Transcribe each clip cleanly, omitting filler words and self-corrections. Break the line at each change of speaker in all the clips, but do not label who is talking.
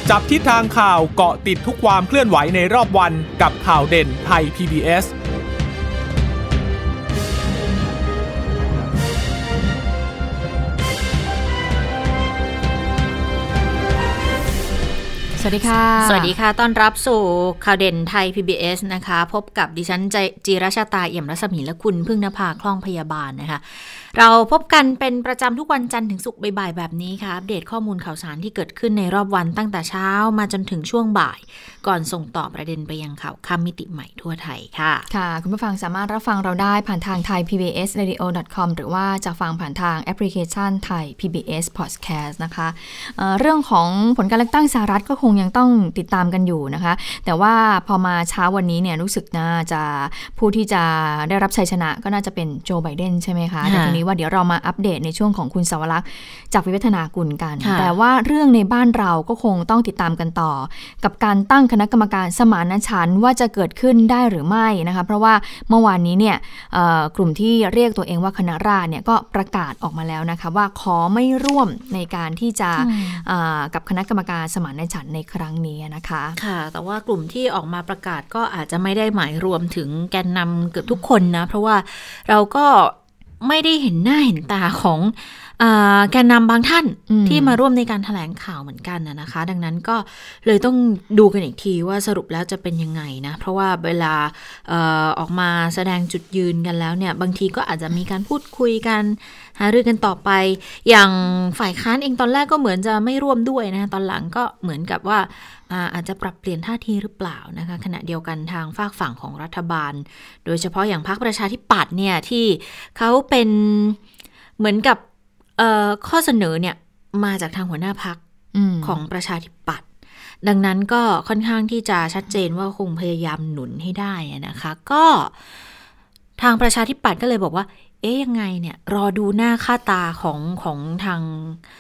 จับทิศทางข่าวเกาะติดทุกความเคลื่อนไหวในรอบวันกับข่าวเด่นไทย PBS
สวัสดีค่ะสวัสดีค่ะต้อนรับสู่ข่าวเด่นไทย PBS นะคะพบกับดิฉันจีรชาตาเอี่ยมรัศมีและคุณพึ่งนภาคล่องพยาบาลนะคะเราพบกันเป็นประจำทุกวันจันทร์ถึงศุกร์บ่ายๆแบบนี้ค่ะอัปเดตข้อมูลข่าวสารที่เกิดขึ้นในรอบวันตั้งแต่เช้ามาจนถึงช่วงบ่ายก่อนส่งต่อประเด็นไปยังข่าวค่ำมิติใหม่ทั่วไทยค่ะ
ค่ะคุณผู้ฟังสามารถรับฟังเราได้ผ่านทางไทย PBSradio.com หรือว่าจะฟังผ่านทางแอปพลิเคชันไทย PBS Podcast นะคะเรื่องของผลการเลือกตั้งสหรัฐก็คงยังต้องติดตามกันอยู่นะคะแต่ว่าพอมาเช้าวันนี้เนี่ยรู้สึกน่าจะผู้ที่จะได้รับชัยชนะก็น่าจะเป็นโจไบเดนใช่ไหมคะแต่ทีนี้ว่าเดี๋ยวเรามาอัปเดตในช่วงของคุณสวรักษ์จากวิวัฒนากุลกันแต่ว่าเรื่องในบ้านเราก็คงต้องติดตามกันต่อกับการตั้งคณะกรรมการสมานฉันท์ว่าจะเกิดขึ้นได้หรือไม่นะคะเพราะว่าเมื่อวานนี้เนี่ยกลุ่มที่เรียกตัวเองว่าคณะราษฎรเนี่ยก็ประกาศออกมาแล้วนะคะว่าขอไม่ร่วมในการที่จะกับคณะกรรมการสมานฉันท์ในครั้งนี้นะคะ
ค่ะแต่ว่ากลุ่มที่ออกมาประกาศก็อาจจะไม่ได้หมายรวมถึงแกนนำเกือบทุกคนนะเพราะว่าเราก็ไม่ได้เห็นหน้าเห็นตาของแกนนำบางท่านที่มาร่วมในการแถลงข่าวเหมือนกันนะคะดังนั้นก็เลยต้องดูกันอีกทีว่าสรุปแล้วจะเป็นยังไงนะเพราะว่าเวลาออกมาแสดงจุดยืนกันแล้วเนี่ยบางทีก็อาจจะมีการพูดคุยกันหารือกันต่อไปอย่างฝ่ายค้านเองตอนแรกก็เหมือนจะไม่ร่วมด้วยนะตอนหลังก็เหมือนกับว่าอาจจะปรับเปลี่ยนท่าทีหรือเปล่านะคะขณะเดียวกันทางฝากฝั่งของรัฐบาลโดยเฉพาะอย่างพรรคประชาธิปัตย์เนี่ยที่เขาเป็นเหมือนกับข้อเสนอเนี่ยมาจากทางหัวหน้าพรรคของประชาธิปัตย์ดังนั้นก็ค่อนข้างที่จะชัดเจนว่าคงพยายามหนุนให้ได้นะคะก็ทางประชาธิปัตย์ก็เลยบอกว่ายังไงเนี่ยรอดูหน้าค่าตาของทาง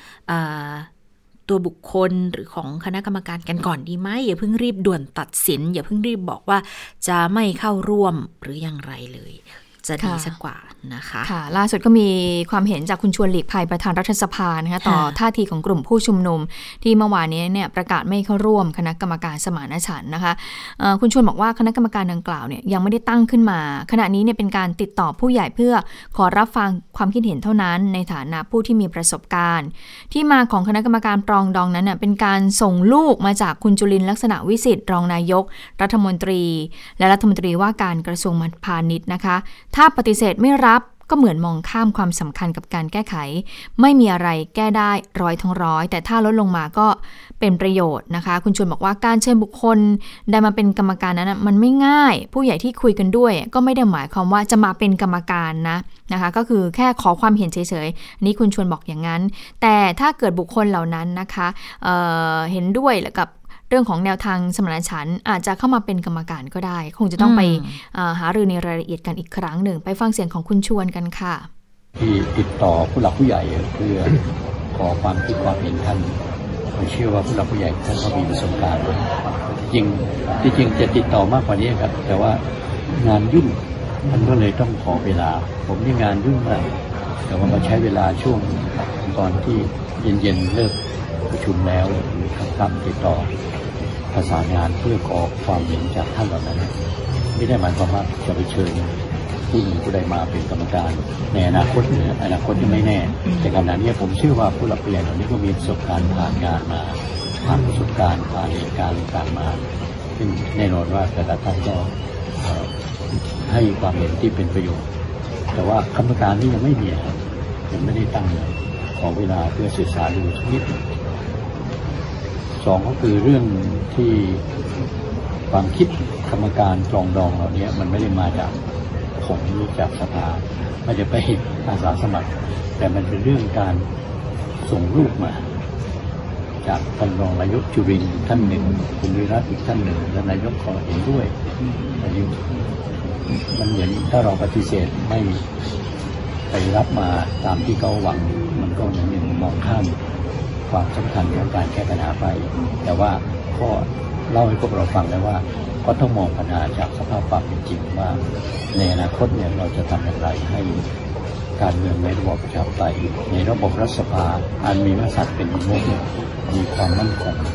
ตัวบุคคลหรือของคณะกรรมการกันก่อนดีไหมอย่าเพิ่งรีบด่วนตัดสินอย่าเพิ่งรีบบอกว่าจะไม่เข้าร่วมหรืออย่างไรเลยจะดีสักกว่านะคะ
ค่ะล่าสุดก็มีความเห็นจากคุณชวนหลีกภัยประธานรัฐสภานะคะต่อท่าทีของกลุ่มผู้ชุมนุมที่เมื่อวานนี้เนี่ยประกาศไม่เข้าร่วมคณะกรรมการสมานฉันท์นะคะคุณชวนบอกว่าคณะกรรมการดังกล่าวเนี่ยยังไม่ได้ตั้งขึ้นมาขณะนี้เนี่ยเป็นการติดต่อผู้ใหญ่เพื่อขอรับฟังความคิดเห็นเท่านั้นในฐานะผู้ที่มีประสบการณ์ที่มาของคณะกรรมการปรองดองนั้นเน่ยเป็นการส่งลูกมาจากคุณจุลินทร์ลักษณะวิสิทธิ์รองนายกรัฐมนตรีและรัฐมนตรีว่าการกระทรวงพาณิชย์นะคะถ้าปฏิเสธไม่รับก็เหมือนมองข้ามความสำคัญกับการแก้ไขไม่มีอะไรแก้ได้ร้อยทั้งร้อยแต่ถ้าลดลงมาก็เป็นประโยชน์นะคะคุณชวนบอกว่าการเชิญบุคคลได้มาเป็นกรรมการนั้นมันไม่ง่ายผู้ใหญ่ที่คุยกันด้วยก็ไม่ได้หมายความว่าจะมาเป็นกรรมการนะคะก็คือแค่ขอความเห็นเฉยๆนี่คุณชวนบอกอย่างนั้นแต่ถ้าเกิดบุคคลเหล่านั้นนะคะเห็นด้วยกับเรื่องของแนวทางสมานฉันท์อาจจะเข้ามาเป็นกรรมการก็ได้คงจะต้องไปหารือในรายละเอียดกันอีกครั้งหนึ่งไปฟังเสียงของคุณชวนกันค่ะ
ที่ติดต่อผู้หลักผู้ใหญ่เพื่อขอความคิดความเห็นท่านผมเชื่อว่าผู้หลักผู้ใหญ่ท่านก็มีประสบการณ์จริงจะติดต่อมากกว่านี้ครับแต่ว่างานยุ่งมันก็เลยต้องขอเวลาผมนี่งานยุ่งมากแต่ว่ามาใช้เวลาช่วงตอนที่เย็นๆเลิกประชุมแล้วทำติดต่อประสานงานเพื่อขอความเห็นจากท่านเหล่านั้นไม่ได้หมายความว่าจะไปเชิญผู้หนึ่งผู้ใดมาเป็นกรรมการในอนาคตยังไม่แน่แต่ขณะนี้ผมเชื่อว่าผู้หลักผู้ใหญ่เหล่านี้ก็มีประสบการณ์ผ่านงานมาผ่านประสบการณ์ผ่านเหตุการณ์ต่างๆมาซึ่งแน่นอนว่าแต่ละท่านก็ให้ความเห็นที่เป็นประโยชน์แต่ว่ากรรมการนี้ยังไม่มียังไม่ได้ตั้งเลยขอเวลาเพื่อศึกษาดูสักนิดสองก็คือเรื่องที่ความคิดกรรมการปรองดองเหล่านี้มันไม่ได้มาจากผมหรือจากสภาไม่ได้ไปอาสาสมัครแต่มันเป็นเรื่องการส่งรูปมาจากท่านรองนายกจุรินทร์ท่านหนึ่งคุณวิรัตอีกท่านหนึ่งและนายกขอเห็นด้วยอันนี้มันเหมือนถ้าเราปฏิเสธไม่ไปรับมาตามที่เขาหวังมันก็เหมือนมองข้ามความสำคัญของการแก้ปัญหาไปแต่ว่าก็เล่าให้พวกเราฟังแล้วว่าก็ต้องมองปัญหาจากสภาพความเป็นจริงว่าในอนาคตเนี่ยเราจะทำอย่างไรให้การเมืองในระบบประชาธิปไตยในระบบรัฐสภาอันมีมติเป็นมุขมีความมั่นคง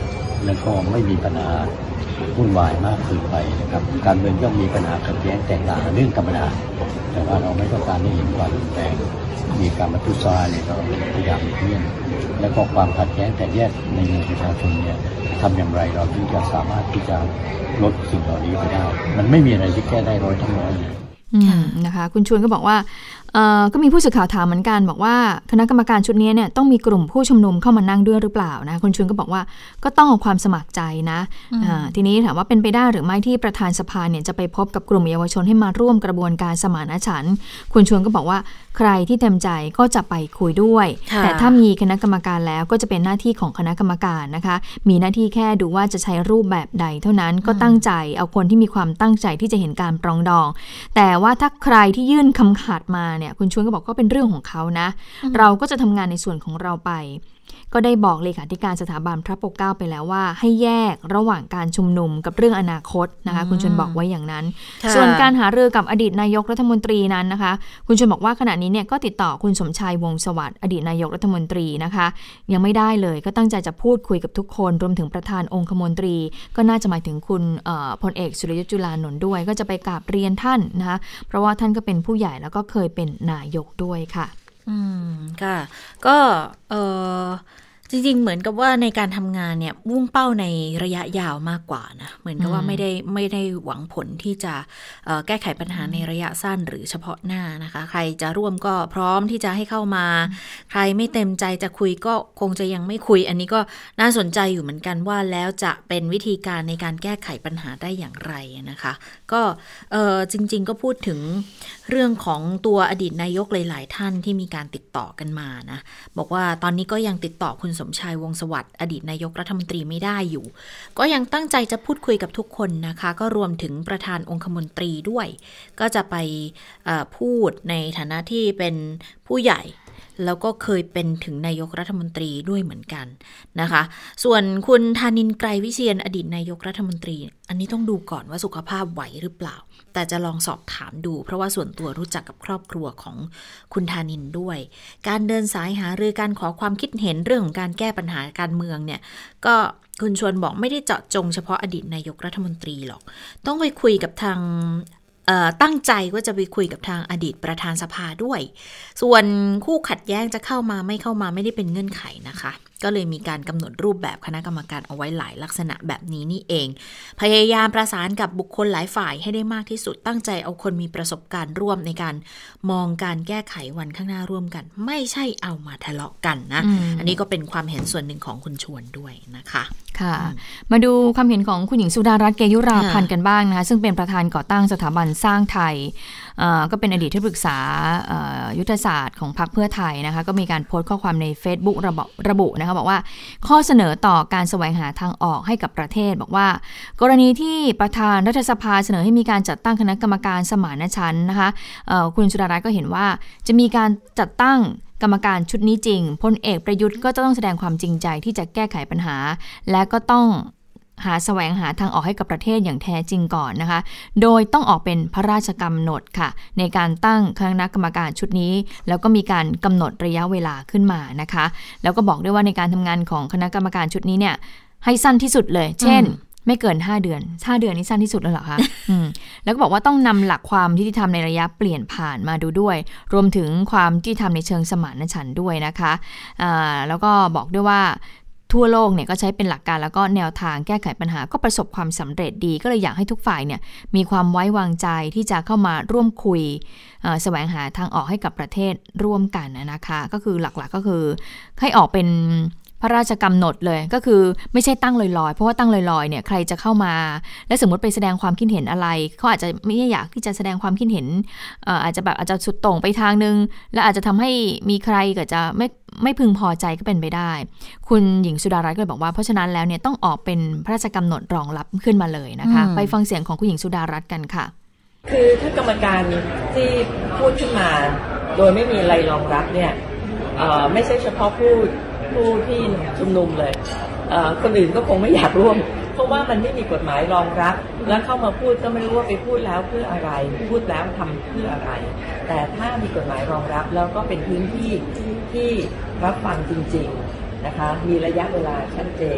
แล้วก็ไม่มีปัญหาวุ่นวายมากเกินไปนะครับการเมืองย่อมมีปัญหาขัดแย้งแตกต่างเรื่องธรรมดาแต่ว่าเราไม่ต้องการให้เห็นความรุนแรงมีการมาทุษร้ายเนี่ยเราพยายามเลี่ยงแล้วก็ความขัดแย้งแตกแยกในหมู่ประชาชนเนี่ยทำอย่างไรเราถึงจะสามารถที่จะลดสิ่งเหล่านี้ไปได้มันไม่มีอะไรที่แก้ได้100 ทั้ง 100เลย
นะคะคุณชวนก็บอกว่าก็มีผู้สื่อข่าวถามเหมือนกันบอกว่าคณะกรรมการชุดนี้เนี่ยต้องมีกลุ่มผู้ชุมนุมเข้ามานั่งด้วยหรือเปล่านะคุณชวนก็บอกว่าก็ต้องเอาความสมัครใจนะทีนี้ถามว่าเป็นไปได้หรือไม่ที่ประธานสภาเนี่ยจะไปพบกับกลุ่มเยาวชนให้มาร่วมกระบวนการสมานฉันท์คุณชวนก็บอกว่าใครที่เต็มใจก็จะไปคุยด้วยแต่ถ้ามีคณะกรรมการแล้วก็จะเป็นหน้าที่ของคณะกรรมการนะคะมีหน้าที่แค่ดูว่าจะใช้รูปแบบใดเท่านั้นก็ตั้งใจเอาคนที่มีความตั้งใจที่จะเห็นการปรองดองแต่ว่าถ้าใครที่ยื่นคำขาดมาเนี่ยคุณชวนก็บอกก็เป็นเรื่องของเขานะเราก็จะทำงานในส่วนของเราไปก็ได้บอกเลขาธิการสถาบันพระปกเกล้าไปแล้วว่าให้แยกระหว่างการชุมนุมกับเรื่องอนาคตนะคะคุณชวนบอกไว้อย่างนั้นส่วนการหารือกับอดีตนายกรัฐมนตรีนั้นนะคะคุณชวนบอกว่าขณะนี้เนี่ยก็ติดต่อคุณสมชายวงศ์สวัสดิ์อดีตนายกรัฐมนตรีนะคะยังไม่ได้เลยก็ตั้งใจจะพูดคุยกับทุกคนรวมถึงประธานองคมนตรีก็น่าจะหมายถึงคุณพลเอกสุรยุทธจุลานนท์ด้วยก็จะไปกราบเรียนท่านนะคะเพราะว่าท่านก็เป็นผู้ใหญ่แล้วก็เคยเป็นนายกด้วยค่ะ
ค่ะก็จริงๆเหมือนกับว่าในการทำงานเนี่ยมุ่งเป้าในระยะยาวมากกว่านะเหมือนกับว่าไม่ได้หวังผลที่จะแก้ไขปัญหาในระยะสั้นหรือเฉพาะหน้านะคะใครจะร่วมก็พร้อมที่จะให้เข้ามาใครไม่เต็มใจจะคุยก็คงจะยังไม่คุยอันนี้ก็น่าสนใจอยู่เหมือนกันว่าแล้วจะเป็นวิธีการในการแก้ไขปัญหาได้อย่างไรนะคะก็จริงๆก็พูดถึงเรื่องของตัวอดีตนายกหลายๆท่านที่มีการติดต่อกันมานะบอกว่าตอนนี้ก็ยังติดต่อคุณสมชายวงศ์สวัสดิ์อดีตนายกรัฐมนตรีไม่ได้อยู่ก็ยังตั้งใจจะพูดคุยกับทุกคนนะคะก็รวมถึงประธานองคมนตรีด้วยก็จะไปพูดในฐานะที่เป็นผู้ใหญ่แล้วก็เคยเป็นถึงนายกรัฐมนตรีด้วยเหมือนกันนะคะส่วนคุณธานินทร์ ไกรวิเชียรอดีตนายกรัฐมนตรีอันนี้ต้องดูก่อนว่าสุขภาพไหวหรือเปล่าแต่จะลองสอบถามดูเพราะว่าส่วนตัวรู้จักกับครอบครัวของคุณธานินทร์ด้วยการเดินสายหารือการขอความคิดเห็นเรื่องของการแก้ปัญหาการเมืองเนี่ยก็คุณชวนบอกไม่ได้เจาะจงเฉพาะอดีตนายกรัฐมนตรีหรอกต้องไปคุยกับทางตั้งใจว่าจะไปคุยกับทางอดีตประธานสภาด้วยส่วนคู่ขัดแย้งจะเข้ามาไม่เข้ามาไม่ได้เป็นเงื่อนไขนะคะก็เลยมีการกำหนดรูปแบบคณะกรรมการเอาไว้หลายลักษณะแบบนี้นี่เองพยายามประสานกับบุคคลหลายฝ่ายให้ได้มากที่สุดตั้งใจเอาคนมีประสบการณ์ร่วมในการมองการแก้ไขวันข้างหน้าร่วมกันไม่ใช่เอามาทะเลาะกันนะ อันนี้ก็เป็นความเห็นส่วนหนึ่งของคุณชวนด้วยนะคะ
ค่ะมาดูความเห็นของคุณหญิงสุดารัตน์ เกยุราพันธ์กันบ้างนะคะซึ่งเป็นประธานก่อตั้งสถาบันสร้างไทยก็เป็นอดีตที่ปรึกษายุทธศาสตร์ของพรรคเพื่อไทยนะคะก็มีการโพสต์ข้อความใน Facebook ระบุนะคะบอกว่าข้อเสนอต่อการแสวงหาทางออกให้กับประเทศบอกว่ากรณีที่ประธานรัฐสภาเสนอให้มีการจัดตั้งคณะกรรมการสมานฉันท์นะคะคุณสุดารัตน์ก็เห็นว่าจะมีการจัดตั้งกรรมการชุดนี้จริงพลเอกประยุทธ์ก็จะต้องแสดงความจริงใจที่จะแก้ไขปัญหาและก็ต้องแสวงหาทางออกให้กับประเทศอย่างแท้จริงก่อนนะคะโดยต้องออกเป็นพระราชกำหนดค่ะในการตั้งคณะกรรมการชุดนี้แล้วก็มีการกำหนดระยะเวลาขึ้นมานะคะแล้วก็บอกด้วยว่าในการทำงานของคณะกรรมการชุดนี้เนี่ยให้สั้นที่สุดเลยเช่นไม่เกิน5 เดือน5 เดือนนี่สั้นที่สุดแล้วเหรอคะ แล้วก็บอกว่าต้องนำหลักความยุติธรรมในระยะเปลี่ยนผ่านมาดูด้วยรวมถึงความยุติธรรมในเชิงสมานฉันท์ด้วยนะคะแล้วก็บอกด้วยว่าทั่วโลกเนี่ยก็ใช้เป็นหลักการแล้วก็แนวทางแก้ไขปัญหาก็ประสบความสำเร็จดีก็เลยอยากให้ทุกฝ่ายเนี่ยมีความไว้วางใจที่จะเข้ามาร่วมคุยแสวงหาทางออกให้กับประเทศร่วมกันนะคะก็คือหลักๆก็คือให้ออกเป็นพระราชกำหนดเลยก็คือไม่ใช่ตั้งลอยๆเพราะว่าตั้งลอยๆเนี่ยใครจะเข้ามาและสมมติไปแสดงความคิดเห็นอะไรเขาอาจจะไม่อยากที่จะแสดงความคิดเห็นอาจจะสุดโต่งไปทางนึงและอาจจะทำให้มีใครก็จะไม่พึงพอใจก็เป็นไปได้คุณหญิงสุดารัตน์ก็เลยบอกว่าเพราะฉะนั้นแล้วเนี่ยต้องออกเป็นพระราชกำหนดรองรับขึ้นมาเลยนะคะไปฟังเสียงของคุณหญิงสุดารัตน์กันค่ะ
คือถ้ากรรมการที่พูดขึ้นมาโดยไม่มีอะไรรองรับเนี่ยไม่ใช่เฉพาะผู้ที่ชุมนุมเลยคนอื่นก็คงไม่อยากร่วมเพราะว่ามันไม่มีกฎหมายรองรับแล้วเข้ามาพูดก็ไม่รู้ว่าไปพูดแล้วเพื่ออะไรพูดแล้วทำเพื่ออะไรแต่ถ้ามีกฎหมายรองรับแล้วก็เป็นพื้นที่ที่รับฟังจริงๆนะคะมีระยะเวลาชัดเจน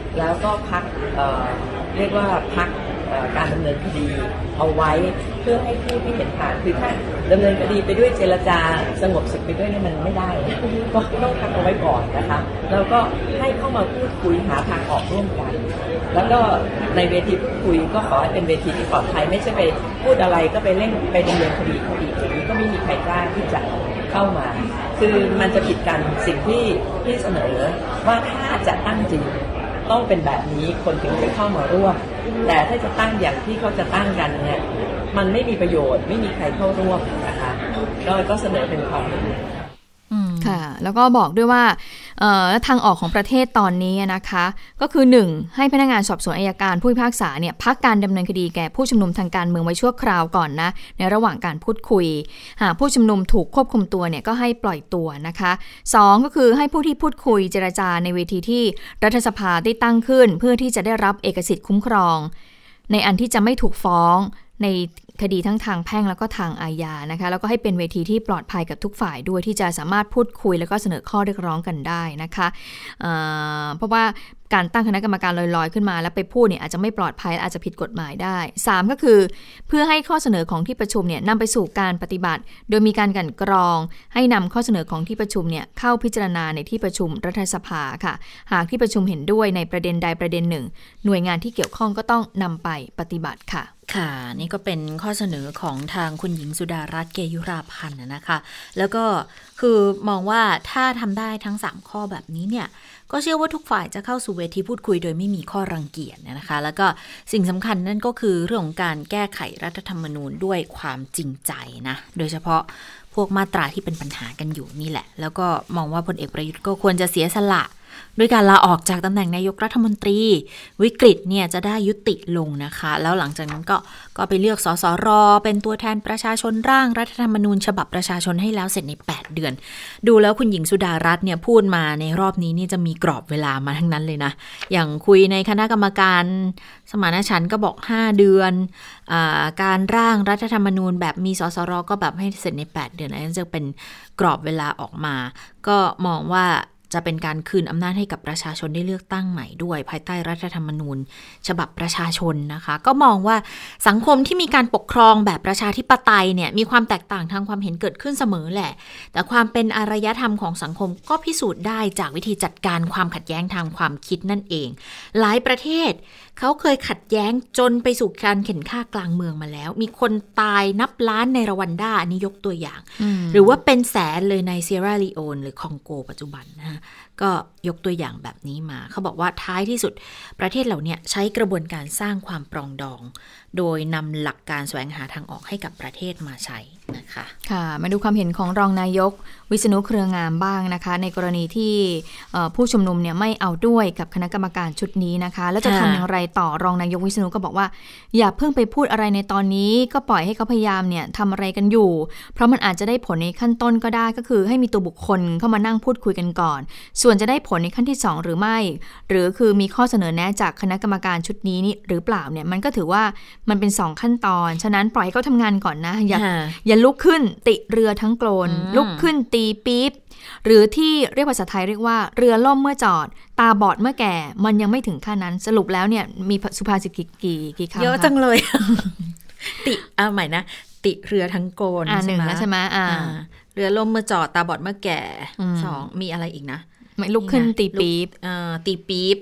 แล้วก็พักเรียกว่าพักการดำเนินคดีเอาไว้เพื่อให้ผู้ที่เห็นต่างคือถ้าดำเนินคดีไปด้วยเจรจาสงบศึกไปด้วยนี่มันไม่ได้ก็ต้องพักเอาไว้ก่อนนะคะแล้วก็ให้เข้ามาพูดคุยหาทางออกร่วมกันแล้วก็ในเวทีพูดคุยก็ขอให้เป็นเวทีที่ปลอดภัยไม่ใช่ไปพูดอะไรก็ไปเร่งไปดำเนินคดีอย่างนี้ก็ไม่มีใครกล้าที่จะเข้ามาคือมันจะผิดกันสิ่งที่เสนอว่าถ้าจะตั้งจริงต้องเป็นแบบนี้คนถึงจะเข้ามาร่วมแต่ถ้าจะตั้งอย่างที่เขาจะตั้งกันเนี่ยมันไม่มีประโยชน์ไม่มีใครเข้าร่วมนะคะก็เสนอเป็นความเห็น
ค่ะแล้วก็บอกด้วยว่าทางออกของประเทศตอนนี้นะคะก็คือ 1. ให้พนักงานสอบสวนอัยการผู้พิพากษาเนี่ยพักการดำเนินคดีแก่ผู้ชุมนุมทางการเมืองไว้ชั่วคราวก่อนนะในระหว่างการพูดคุยหากผู้ชุมนุมถูกควบคุมตัวเนี่ยก็ให้ปล่อยตัวนะคะ 2. ก็คือให้ผู้ที่พูดคุยเจรจาในเวทีที่รัฐสภาได้ตั้งขึ้นเพื่อที่จะได้รับเอกสิทธิ์คุ้มครองในอันที่จะไม่ถูกฟ้องในคดีทั้งทางแพ่งแล้วก็ทางอาญานะคะแล้วก็ให้เป็นเวทีที่ปลอดภัยกับทุกฝ่ายด้วยที่จะสามารถพูดคุยแล้วก็เสนอข้อเรียกร้องกันได้นะคะเพราะว่าการตั้งคณะกรรมการลอยๆขึ้นมาแล้วไปพูดเนี่ยอาจจะไม่ปลอดภัยอาจจะผิดกฎหมายได้ 3. ก็คือเพื่อให้ข้อเสนอของที่ประชุมเนี่ยนำไปสู่การปฏิบัติโดยมีการกลั่นกรองให้นำข้อเสนอของที่ประชุมเนี่ยเข้าพิจารณาในที่ประชุมรัฐสภาค่ะหากที่ประชุมเห็นด้วยในประเด็นใดประเด็นหนึ่งหน่วยงานที่เกี่ยวข้องก็ต้องนำไปปฏิบัติค่ะ
ค่ะนี่ก็เป็นข้อเสนอของทางคุณหญิงสุดารัตน์เกยุราพันธ์นะคะแล้วก็คือมองว่าถ้าทำได้ทั้ง3ข้อแบบนี้เนี่ยก็เชื่อว่าทุกฝ่ายจะเข้าสู่เวทีพูดคุยโดยไม่มีข้อรังเกียจนะคะแล้วก็สิ่งสำคัญนั่นก็คือเรื่องของการแก้ไขรัฐธรรมนูญด้วยความจริงใจนะโดยเฉพาะพวกมาตราที่เป็นปัญหากันอยู่นี่แหละแล้วก็มองว่าพลเอกประยุทธ์ก็ควรจะเสียสละด้วยการลาออกจากตำแหน่งนายกรัฐมนตรีวิกฤตเนี่ยจะได้ยุติลงนะคะแล้วหลังจากนั้นก็ไปเลือกสสรเป็นตัวแทนประชาชนร่างรัฐธรรมนูญฉบับประชาชนให้แล้วเสร็จใน8เดือนดูแล้วคุณหญิงสุดารัตน์เนี่ยพูดมาในรอบนี้นี่จะมีกรอบเวลามาทั้งนั้นเลยนะอย่างคุยในคณะกรรมการสมานฉันท์ก็บอก5เดือนการร่างรัฐธรรมนูญแบบมีสสรก็แบบให้เสร็จใน8เดือนอันนั้นจะเป็นกรอบเวลาออกมาก็มองว่าจะเป็นการคืนอำนาจให้กับประชาชนได้เลือกตั้งใหม่ด้วยภายใต้รัฐธรรมนูญฉบับประชาชนนะคะก็มองว่าสังคมที่มีการปกครองแบบประชาธิปไตยเนี่ยมีความแตกต่างทางความเห็นเกิดขึ้นเสมอแหละแต่ความเป็นอารยธรรมของสังคมก็พิสูจน์ได้จากวิธีจัดการความขัดแย้งทางความคิดนั่นเองหลายประเทศเขาเคยขัดแย้งจนไปสู่การเข็นฆ่ากลางเมืองมาแล้วมีคนตายนับล้านในรวันดาอันนี้ยกตัวอย่างหรือว่าเป็นแสนเลยในเซียร่าลีโอนหรือคองโกปัจจุบันนะก็ยกตัวอย่างแบบนี้มาเขาบอกว่าท้ายที่สุดประเทศเหล่านี้ใช้กระบวนการสร้างความปรองดองโดยนำหลักการแสวงหาทางออกให้กับประเทศมาใช้นะคะ
ค่ะมาดูความเห็นของรองนายกวิษณุเครืองามบ้างนะคะในกรณีที่ผู้ชุมนุมเนี่ยไม่เอาด้วยกับคณะกรรมการชุดนี้นะคะแล้วจะทำอย่างไรต่อรองนายกวิษณุก็บอกว่าอย่าเพิ่งไปพูดอะไรในตอนนี้ก็ปล่อยให้เขาพยายามเนี่ยทำอะไรกันอยู่เพราะมันอาจจะได้ผลในขั้นต้นก็ได้ก็คือให้มีตัวบุคคลเข้ามานั่งพูดคุยกันก่อนส่วนจะได้ผลในขั้นที่2หรือไม่หรือคือมีข้อเสนอแนะจากคณะกรรมการชุดนี้นี่หรือเปล่าเนี่ยมันก็ถือว่ามันเป็น2ขั้นตอนฉะนั้นปล่อยให้เขาทำงานก่อนนะอย่าลุกขึ้นติเรือทั้งโกลนลุกขึ้นตีปี๊บหรือที่เรียกภาษาไทยเรียกว่าเรือล่มเมื่อจอดตาบอดเมื่อแก่มันยังไม่ถึงขั้นนั้นสรุปแล้วเนี่ยมีสุภาษิตกี่คำ
เยอะจังเลย ติใหม่นะติเรือทั้งโกลน
ใช่ไหมใช่ไหม
เรือล่มเมื่อจอดตาบอดเมื่อแก่2มีอะไรอีกนะ
ไม่ลุกขึ้นตีปี๊บ
ตีปี๊บ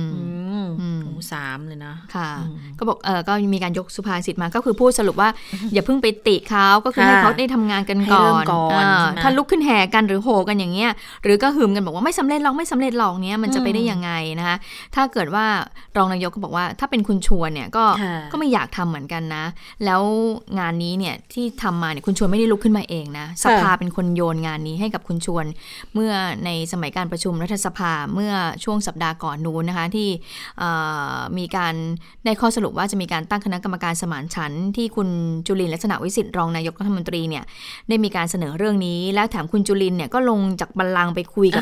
3เลยนะ
ค่ะก็บอกก็มีการยกสุภาษิตมาก็คือพูดสรุปว่าอย่าเพิ่งไปติเขาก็คือให้เขาได้ทำงานกันก่อนถ้าลุกขึ้นแห่กันหรือโห่กันอย่างเงี้ยหรือก็หึมกันบอกว่าไม่สำเร็จหรอกเนี้ยมันจะไปได้ยังไงนะคะถ้าเกิดว่ารองนายกก็บอกว่าถ้าเป็นคุณชวนเนี่ยก็ไม่อยากทำเหมือนกันนะแล้วงานนี้เนี่ยที่ทำมาเนี่ยคุณชวนไม่ได้ลุกขึ้นมาเองนะสภาเป็นคนโยนงานนี้ให้กับคุณชวนเมื่อในสมัยการประชุมรัฐสภาเมื่อช่วงสัปดาห์ก่อนนู้นนะคะที่มีการได้ข้อสรุปว่าจะมีการตั้งคณะกรรมการสมานฉันท์ที่คุณจุลินทร์ลักษณะวิสิทธิ์รองนายกรัฐมนตรีเนี่ยได้มีการเสนอเรื่องนี้แล้วแถมคุณจุลินทร์เนี่ยก็ลงจากบัลลังก์ไปคุยกับ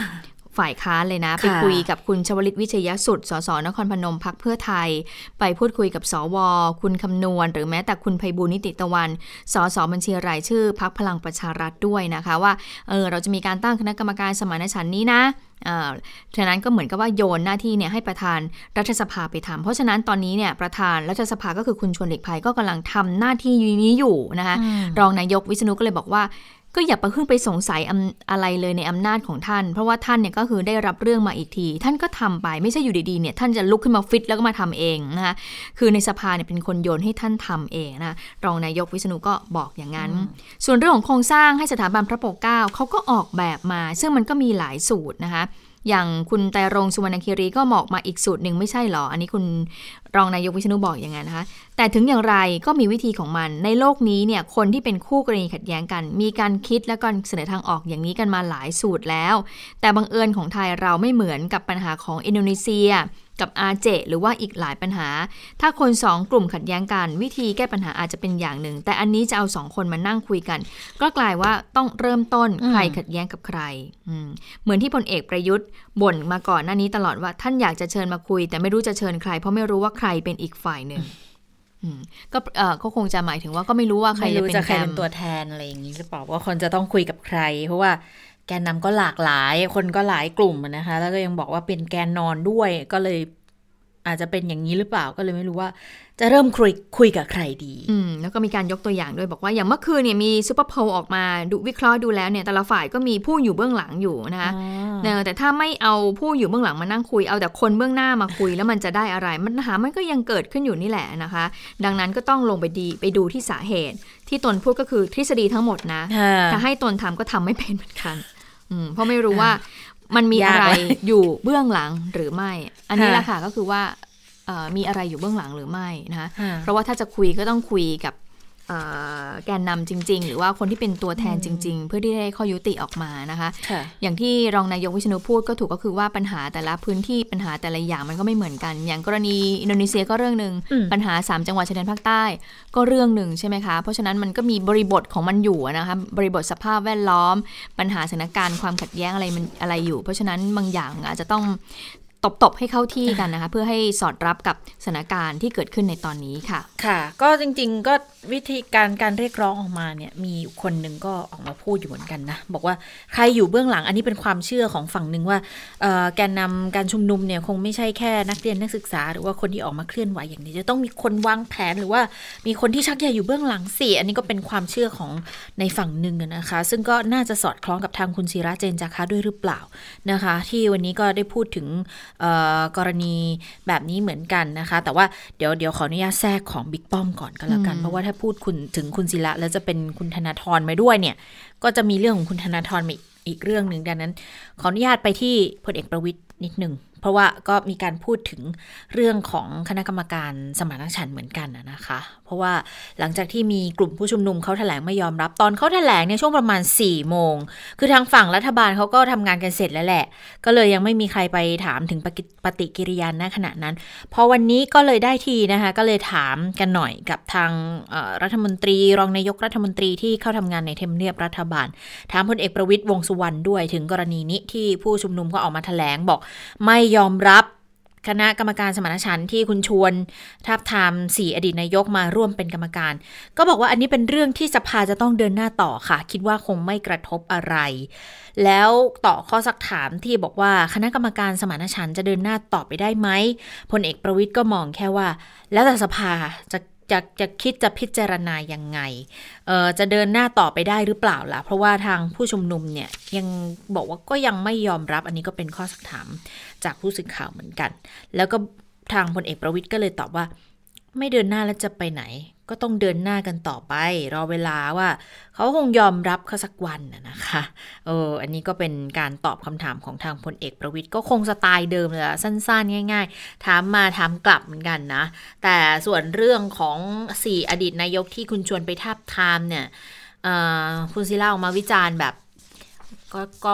ฝ่ายค้านเลยนะไปคุยกับคุณชวลิตวิชยสุดสสนครพนมพรรคเพื่อไทยไปพูดคุยกับสวคุณคำนวณหรือแม้แต่คุณไพบูลย์นิติตะวันสสบัญชีรายชื่อพรรคพลังประชารัฐด้วยนะคะว่าเราจะมีการตั้งคณะกรรมการสมานฉันท์นี้นะฉะนั้นก็เหมือนกับว่าโยนหน้าที่เนี่ยให้ประธานรัฐสภาไปทำเพราะฉะนั้นตอนนี้เนี่ยประธานรัฐสภาก็คือคุณชวนหลีกภัยก็กำลังทำหน้าที่นี้อยู่นะคะรองนายกวิษณุก็เลยบอกว่าก็อย่าไปเพิ่งไปสงสัยอะไรเลยในอำนาจของท่านเพราะว่าท่านเนี่ยก็คือได้รับเรื่องมาอีกทีท่านก็ทำไปไม่ใช่อยู่ดีๆเนี่ยท่านจะลุกขึ้นมาฟิตแล้วก็มาทำเองนะคะคือในสภาเนี่ยเป็นคนโยนให้ท่านทำเองนะรองนายกวิษณุก็บอกอย่างนั้นส่วนเรื่องของโครงสร้างให้สถาบันพระปกเกล้าเขาก็ออกแบบมาซึ่งมันก็มีหลายสูตรนะคะอย่างคุณไตรรงค์สุวรรณคีรีก็บอกมาอีกสูตรหนึ่งไม่ใช่หรออันนี้คุณรองนายกวิษณุบอกอย่างนั้นนะคะแต่ถึงอย่างไรก็มีวิธีของมันในโลกนี้เนี่ยคนที่เป็นคู่กรณีขัดแย้งกันมีการคิดและการเสนอทางออกอย่างนี้กันมาหลายสูตรแล้วแต่บังเอิญของไทยเราไม่เหมือนกับปัญหาของอินโดนีเซียกับอาเจหรือว่าอีกหลายปัญหาถ้าคน2กลุ่มขัดแย้งกันวิธีแก้ปัญหาอาจจะเป็นอย่างหนึ่งแต่อันนี้จะเอา2คนมานั่งคุยกันก็กลายว่าต้องเริ่มต้นใครขัดแย้งกับใครเหมือนที่พลเอกประยุทธ์บ่นมาก่อนหน้านี้ตลอดว่าท่านอยากจะเชิญมาคุยแต่ไม่รู้จะเชิญใครเพราะไม่รู้ว่าใครเป็นอีกฝ่ายหนึ่งก็คงจะหมายถึงว่าก็ไม่รู้ว่าใครจะเป็น
ตัวแทนอะไรอย่างนี้หรือเปล่าว่าคนจะต้องคุยกับใครเพราะว่าแกนนำก็หลากหลายคนก็หลายกลุ่มนะคะแล้วก็ยังบอกว่าเป็นแกนนอนด้วยก็เลยอาจจะเป็นอย่างนี้หรือเปล่าก็เลยไม่รู้ว่าจะเริ่มคุยกับใครดี
แล้วก็มีการยกตัวอย่างด้วยบอกว่าอย่างเมื่อคืนเนี่ยมีซุปเปอร์โพลออกมาดูวิเคราะห์ดูแล้วเนี่ยแต่ละฝ่ายก็มีผู้อยู่เบื้องหลังอยู่นะคะแต่ถ้าไม่เอาผู้อยู่เบื้องหลังมานั่งคุยเอาแต่คนเบื้องหน้ามาคุยแล้วมันจะได้อะไรปัญหามันก็ยังเกิดขึ้นอยู่นี่แหละนะคะดังนั้นก็ต้องลงไปดูที่สาเหตุที่ตนพูดก็คือทฤษฎีทั้งหมดนะถ้าให้ตนทำก็ทำไม่เป็นเหมือนกันเพราะไม่รู้ว่ามันมีอะไรอยู่เบื้องหลังหรือไม่อันนี้แหละค่ะก็คือว่ามีอะไรอยู่เบื้องหลังหรือไม่นะคะเพราะว่าถ้าจะคุยก็ต้องคุยกับแกนนำจริงๆหรือว่าคนที่เป็นตัวแทนจริงๆเพื่อที่ได้ข้อยุติออกมานะคะอย่างที่รองนายกวิษณุพูดก็ถูกก็คือว่าปัญหาแต่ละพื้นที่ปัญหาแต่ละอย่างมันก็ไม่เหมือนกันอย่างกรณีอินโดนีเซียก็เรื่องนึงปัญหา3จังหวัดชายแดนภาคใต้ก็เรื่องนึงใช่ไหมคะเพราะฉะนั้นมันก็มีบริบทของมันอยู่นะคะบริบทสภาพแวดล้อมปัญหาสถานการณ์ความขัดแย้งอะไรอยู่เพราะฉะนั้นบางอย่างอาจจะต้องตบให้เข้าที่กันนะคะเพื่อให้สอดรับกับสถานการณ์ที่เกิดขึ้นในตอนนี้ค่ะ
ค่ะก็จริงๆก็วิธีการเรียกร้องออกมาเนี่ยมีคนหนึ่งก็ออกมาพูดอยู่เหมือนกันนะบอกว่าใครอยู่เบื้องหลังอันนี้เป็นความเชื่อของฝั่งหนึ่งว่าแกนนำการชุมนุมเนี่ยคงไม่ใช่แค่นักเรียนนักศึกษาหรือว่าคนที่ออกมาเคลื่อนไหวอย่างนี้จะต้องมีคนวางแผนหรือว่ามีคนที่ชักใยอยู่เบื้องหลังสิอันนี้ก็เป็นความเชื่อของในฝั่งหนึ่งนะคะซึ่งก็น่าจะสอดคล้องกับทางคุณศิระเจนจาคะด้วยหรือเปล่านะคะที่วันนี้ก็ได้พูดถึงกรณีแบบนี้เหมือนกันนะคะแต่ว่าเดี๋ยวขออนุญาตแทรกของบิ๊กป้อมก่อนก็แล้วกันเพราะว่าถ้าพูดถึงคุณศิระแล้วจะเป็นคุณธนาธรมาด้วยเนี่ยก็จะมีเรื่องของคุณธนาธรมาอีกเรื่องนึงดังนั้นขออนุญาตไปที่พลเอกประวิตรนิดนึงเพราะว่าก็มีการพูดถึงเรื่องของคณะกรรมการสมานฉันท์เหมือนกันนะคะเพราะว่าหลังจากที่มีกลุ่มผู้ชุมนุมเขาแถลงไม่ยอมรับตอนเขาแถลงเนี่ยช่วงประมาณ 4 โมงคือทางฝั่งรัฐบาลเขาก็ทำงานกันเสร็จแล้วแหละก็เลยยังไม่มีใครไปถามถึงปฏิกิริยาณขณะนั้นพอวันนี้ก็เลยได้ทีนะคะก็เลยถามกันหน่อยกับทางรัฐมนตรีรองนายกรัฐมนตรีที่เข้าทำงานในทำเนียบรัฐบาลถามพลเอกประวิตรวงษ์สุวรรณด้วยถึงกรณีนี้ที่ผู้ชุมนุมก็ออกมาแถลงบอกไม่ยอมรับคณะกรรมการสมานฉันท์ที่คุณชวนทาบทาม4อดีตนายกมาร่วมเป็นกรรมการก็บอกว่าอันนี้เป็นเรื่องที่สภาจะต้องเดินหน้าต่อค่ะคิดว่าคงไม่กระทบอะไรแล้วต่อข้อซักถามที่บอกว่าคณะกรรมการสมานฉันท์จะเดินหน้าต่อไปได้ไหมพลเอกประวิตรก็มองแค่ว่าแล้วแต่สภาจะคิดจะพิจารณายังไงจะเดินหน้าต่อไปได้หรือเปล่าล่ะเพราะว่าทางผู้ชุมนุมเนี่ยยังบอกว่าก็ยังไม่ยอมรับอันนี้ก็เป็นข้อสักถามจากผู้สื่อข่าวเหมือนกันแล้วก็ทางพลเอกประวิตรก็เลยตอบว่าไม่เดินหน้าแล้วจะไปไหนก็ต้องเดินหน้ากันต่อไปรอเวลาว่าเขาคงยอมรับเขาสักวันนะคะอันนี้ก็เป็นการตอบคำถามของทางพลเอกประวิตรก็คงสไตล์เดิมเลยสั้นๆง่ายๆถามมาถามกลับเหมือนกันนะแต่ส่วนเรื่องของ4อดีตนายกที่คุณชวนไปทาบทามเนี่ยคุณศิระออกมาวิจารณ์แบบก็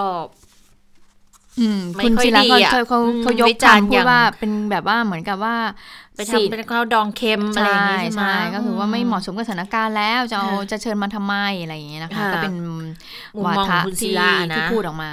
คุณศิระเขายกจานพูดว่าเป็นแบบว่าเหมือนกับว่า
ไปทำเป็นข้าวดองเค็มอะไรอย่างงี้ใช่ไหม
ก็คือว่าไม่เหมาะสมกับสถานการณ์แล้วจะเชิญมาทำไมอะไรอย่างเงี้ยนะคะก็เป็นวาทะที่พูดออกมา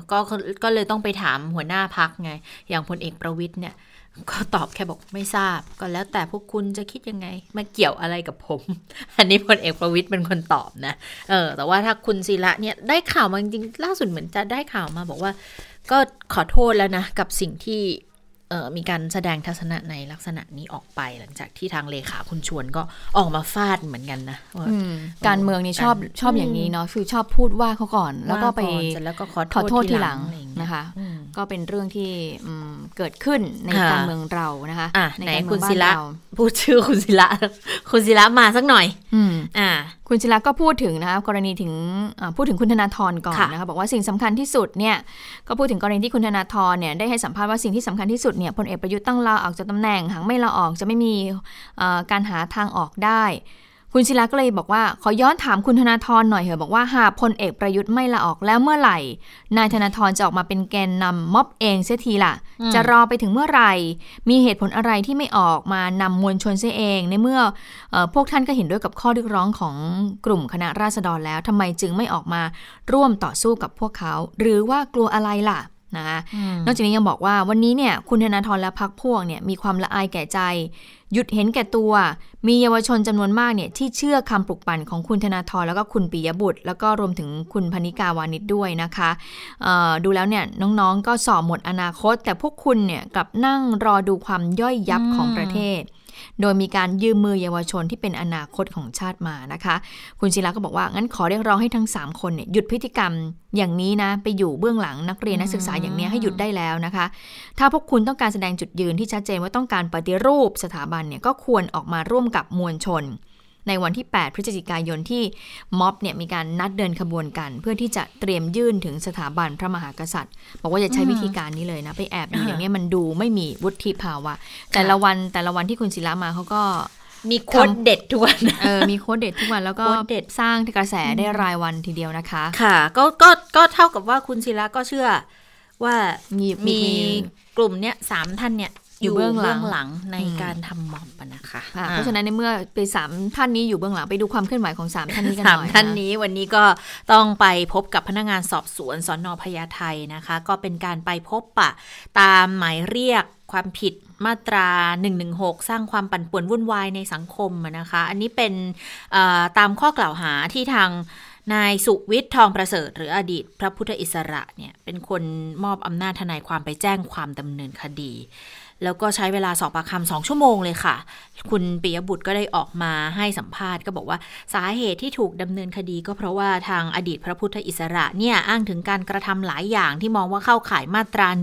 ก็เลยต้องไปถามหัวหน้าพรรคไงอย่างพลเอกประวิตรเนี่ยก็ตอบแค่บอกไม่ทราบก็แล้วแต่พวกคุณจะคิดยังไงมาเกี่ยวอะไรกับผม อันนี้พลเอกประวิตรเป็นคนตอบนะแต่ว่าถ้าคุณศิระเนี่ยได้ข่าวมาจริงๆล่าสุดเหมือนจะได้ข่าวมาบอกว่าก็ขอโทษแล้วนะกับสิ่งที่มีการแสดงทัศนะในลักษณะนี้ออกไปหลังจากที่ทางเลขาคุณชวนก็ออกมาฟาดเหมือนกันนะ
การเมืองนี่ชอบอย่างนี้เนาะคือชอบพูดว่าเขาก่อนแล้วก็ไป
แล้วก็
ขอโทษทีหลังนะคะก็เป็นเรื่องที่เกิดขึ้นในการเมืองเรานะคะ
ในการเมืองบ้านเราพูดชื่อคุณศิระมาสักหน่อย
คุณศิระก็พูดถึงนะคะกรณีถึงพูดถึงคุณธนาธรก่อนนะคะบอกว่าสิ่งสำคัญที่สุดเนี่ยก็พูดถึงกรณีที่คุณธนาธรเนี่ยได้ให้สัมภาษณ์ว่าสิ่งที่สำคัญที่สุดเนี่ยพลเอกประยุทธ์ต้องลาออกจากตำแหน่งหากไม่ลาออกจะไม่มีการหาทางออกได้คุณศิระก็เลยบอกว่าขอย้อนถามคุณธนาธรหน่อยเถอะบอกว่าหากพลเอกประยุทธ์ไม่ลาออกแล้วเมื่อไหร่นายธนาธรจะออกมาเป็นแกนนำม็อบเองเสียทีล่ะจะรอไปถึงเมื่อไหร่มีเหตุผลอะไรที่ไม่ออกมานำมวลชนเสียเองในเมื่อพวกท่านก็เห็นด้วยกับข้อเรียกร้องของกลุ่มคณะราษฎรแล้วทำไมจึงไม่ออกมาร่วมต่อสู้กับพวกเขาหรือว่ากลัวอะไรล่ะนะคะนอกจากนี้ยังบอกว่าวันนี้เนี่ยคุณธนาธรและพรรคพวกเนี่ยมีความละอายแก่ใจหยุดเห็นแก่ตัวมีเยาวชนจำนวนมากเนี่ยที่เชื่อคำปลุกปั่นของคุณธนาธรแล้วก็คุณปิยบุตรแล้วก็รวมถึงคุณพนิกาวานิชด้วยนะคะดูแล้วเนี่ยน้องๆก็สอบหมดอนาคตแต่พวกคุณเนี่ยกลับนั่งรอดูความย่อยยับของประเทศโดยมีการยืมมือเยาวชนที่เป็นอนาคตของชาติมานะคะคุณศิระก็บอกว่างั้นขอเรียกร้องให้ทั้ง3คนเนี่ยหยุดพฤติกรรมอย่างนี้นะไปอยู่เบื้องหลังนักเรียนนักศึกษาอย่างนี้ให้หยุดได้แล้วนะคะถ้าพวกคุณต้องการแสดงจุดยืนที่ชัดเจนว่าต้องการปฏิรูปสถาบันเนี่ยก็ควรออกมาร่วมกับมวลชนในวันที่8พฤศจิกายนที่ม็อบเนี่ยมีการนัดเดินขบวนกันเพื่อที่จะเตรียมยื่นถึงสถาบันพระมหากษัตริย์บอกว่าอย่าใช้วิธีการนี้เลยนะไปแอบอยู่อย่างนี้มันดูไม่มีวุฒิภาวะแต่ละวันที่คุณศิระมาเขาก็
มีโค้ดเด็ดทุกวัน
มีโค้ดเด็ดทุกวันแล้วก็สร้างกระแสได้รายวันทีเดียวนะคะ
ค่ะก็เท่ากับว่าคุณศิระก็เชื่อว่ามีกลุ่มเนี้ย3ท่านเนี่ยอยู่เบื้องหลังในการทำม็อบนะคะ
เพราะฉะนั้นในเมื่อไป3ท่านนี้อยู่เบื้องหลังไปดูความเคลื่อนไหวของ3ท่านนี้กันหน่อย
3ท่านนี้วันนี้ก็ต้องไปพบกับพนักงานสอบสวนสน.พญาไทนะคะก็เป็นการไปพบปะตามหมายเรียกความผิดมาตรา116สร้างความปั่นป่วนวุ่นวายในสังคมนะคะอันนี้เป็นตามข้อกล่าวหาที่ทางนายสุวิทย์ทองประเสริฐหรืออดีตพระพุทธอิสระเนี่ยเป็นคนมอบอำนาจทนายความไปแจ้งความดำเนินคดีแล้วก็ใช้เวลาสอบปากคำ2 ชั่วโมงเลยค่ะคุณปิยบุตรก็ได้ออกมาให้สัมภาษณ์ก็บอกว่าสาเหตุที่ถูกดำเนินคดีก็เพราะว่าทางอดีตพระพุทธอิสระเนี่ยอ้างถึงการกระทำหลายอย่างที่มองว่าเข้าข่ายมาตรา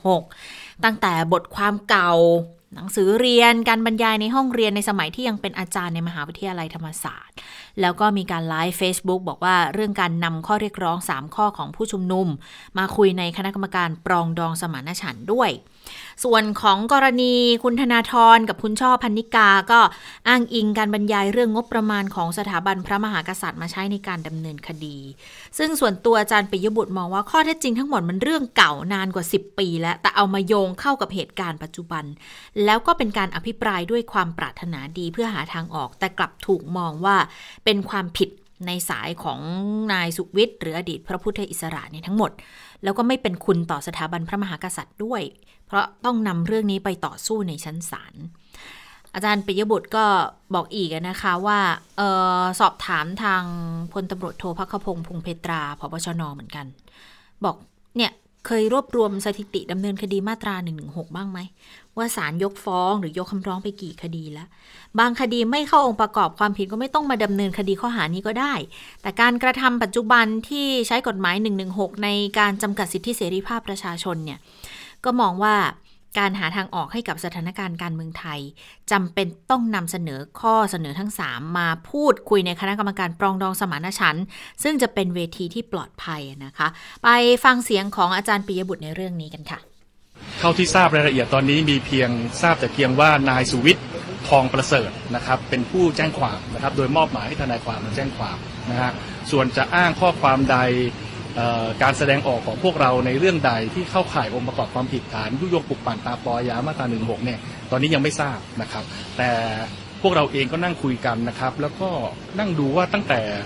116ตั้งแต่บทความเก่าหนังสือเรียนการบรรยายในห้องเรียนในสมัยที่ยังเป็นอาจารย์ในมหาวิทยาลัยธรรมศาสตร์แล้วก็มีการไลฟ์ Facebook บอกว่าเรื่องการนำข้อเรียกร้อง3ข้อของผู้ชุมนุมมาคุยในคณะกรรมการปรองดองสมานฉันท์ด้วยส่วนของกรณีคุณธนาธรกับคุณช่อพนิกาก็อ้างอิงการบรรยายเรื่องงบประมาณของสถาบันพระมหากษัตริย์มาใช้ในการดำเนินคดีซึ่งส่วนตัวอาจารย์ปิยบุตรมองว่าข้อเท็จจริงทั้งหมดมันเรื่องเก่านานกว่า10 ปีแล้วแต่เอามาโยงเข้ากับเหตุการณ์ปัจจุบันแล้วก็เป็นการอภิปรายด้วยความปรารถนาดีเพื่อหาทางออกแต่กลับถูกมองว่าเป็นความผิดในสายของนายสุวิทย์หรืออดีตพระพุทธอิสระเนี่ยทั้งหมดแล้วก็ไม่เป็นคุณต่อสถาบันพระมหากษัตริย์ด้วยเพราะต้องนำเรื่องนี้ไปต่อสู้ในชั้นศาลอาจารย์ปิยบุตรก็บอกอีกนะคะว่าสอบถามทางพลตำรวจโทภัคพงษ์พงษ์เพตราผบชน.เหมือนกันบอกเนี่ยเคยรวบรวมสถิติดำเนินคดีมาตรา116บ้างไหมว่าศาลยกฟ้องหรือยกคำร้องไปกี่คดีแล้วบางคดีไม่เข้าองค์ประกอบความผิดก็ไม่ต้องมาดำเนินคดีข้อหานี้ก็ได้แต่การกระทำปัจจุบันที่ใช้กฎหมาย116ในการจำกัดสิทธิเสรีภาพประชาชนเนี่ยก็มองว่าการหาทางออกให้กับสถานการณ์การเมืองไทยจำเป็นต้องนำเสนอข้อเสนอทั้ง3มาพูดคุยในคณะกรรมการปรองดองสมานฉันท์ซึ่งจะเป็นเวทีที่ปลอดภัยนะคะไปฟังเสียงของอาจารย์ปิยบุตรในเรื่องนี้กันค่ะ
เท่าที่ทราบรายละเอียดตอนนี้มีทราบแต่เพียงว่านายสุวิทย์ทองประเสริฐนะครับเป็นผู้แจ้งความนะครับโดยมอบหมายให้ทนายความมาแจ้งความนะฮะส่วนจะอ้างข้อความใดการแสดงออกของพวกเราในเรื่องใดที่เข้าข่ายองค์ประกอบความผิดฐานยุยงปลุกปั่นตามปอยามาตรา116เนี่ยตอนนี้ยังไม่ทราบนะครับแต่พวกเราเองก็นั่งคุยกันนะครับแล้วก็นั่งดูว่าตั้งแต่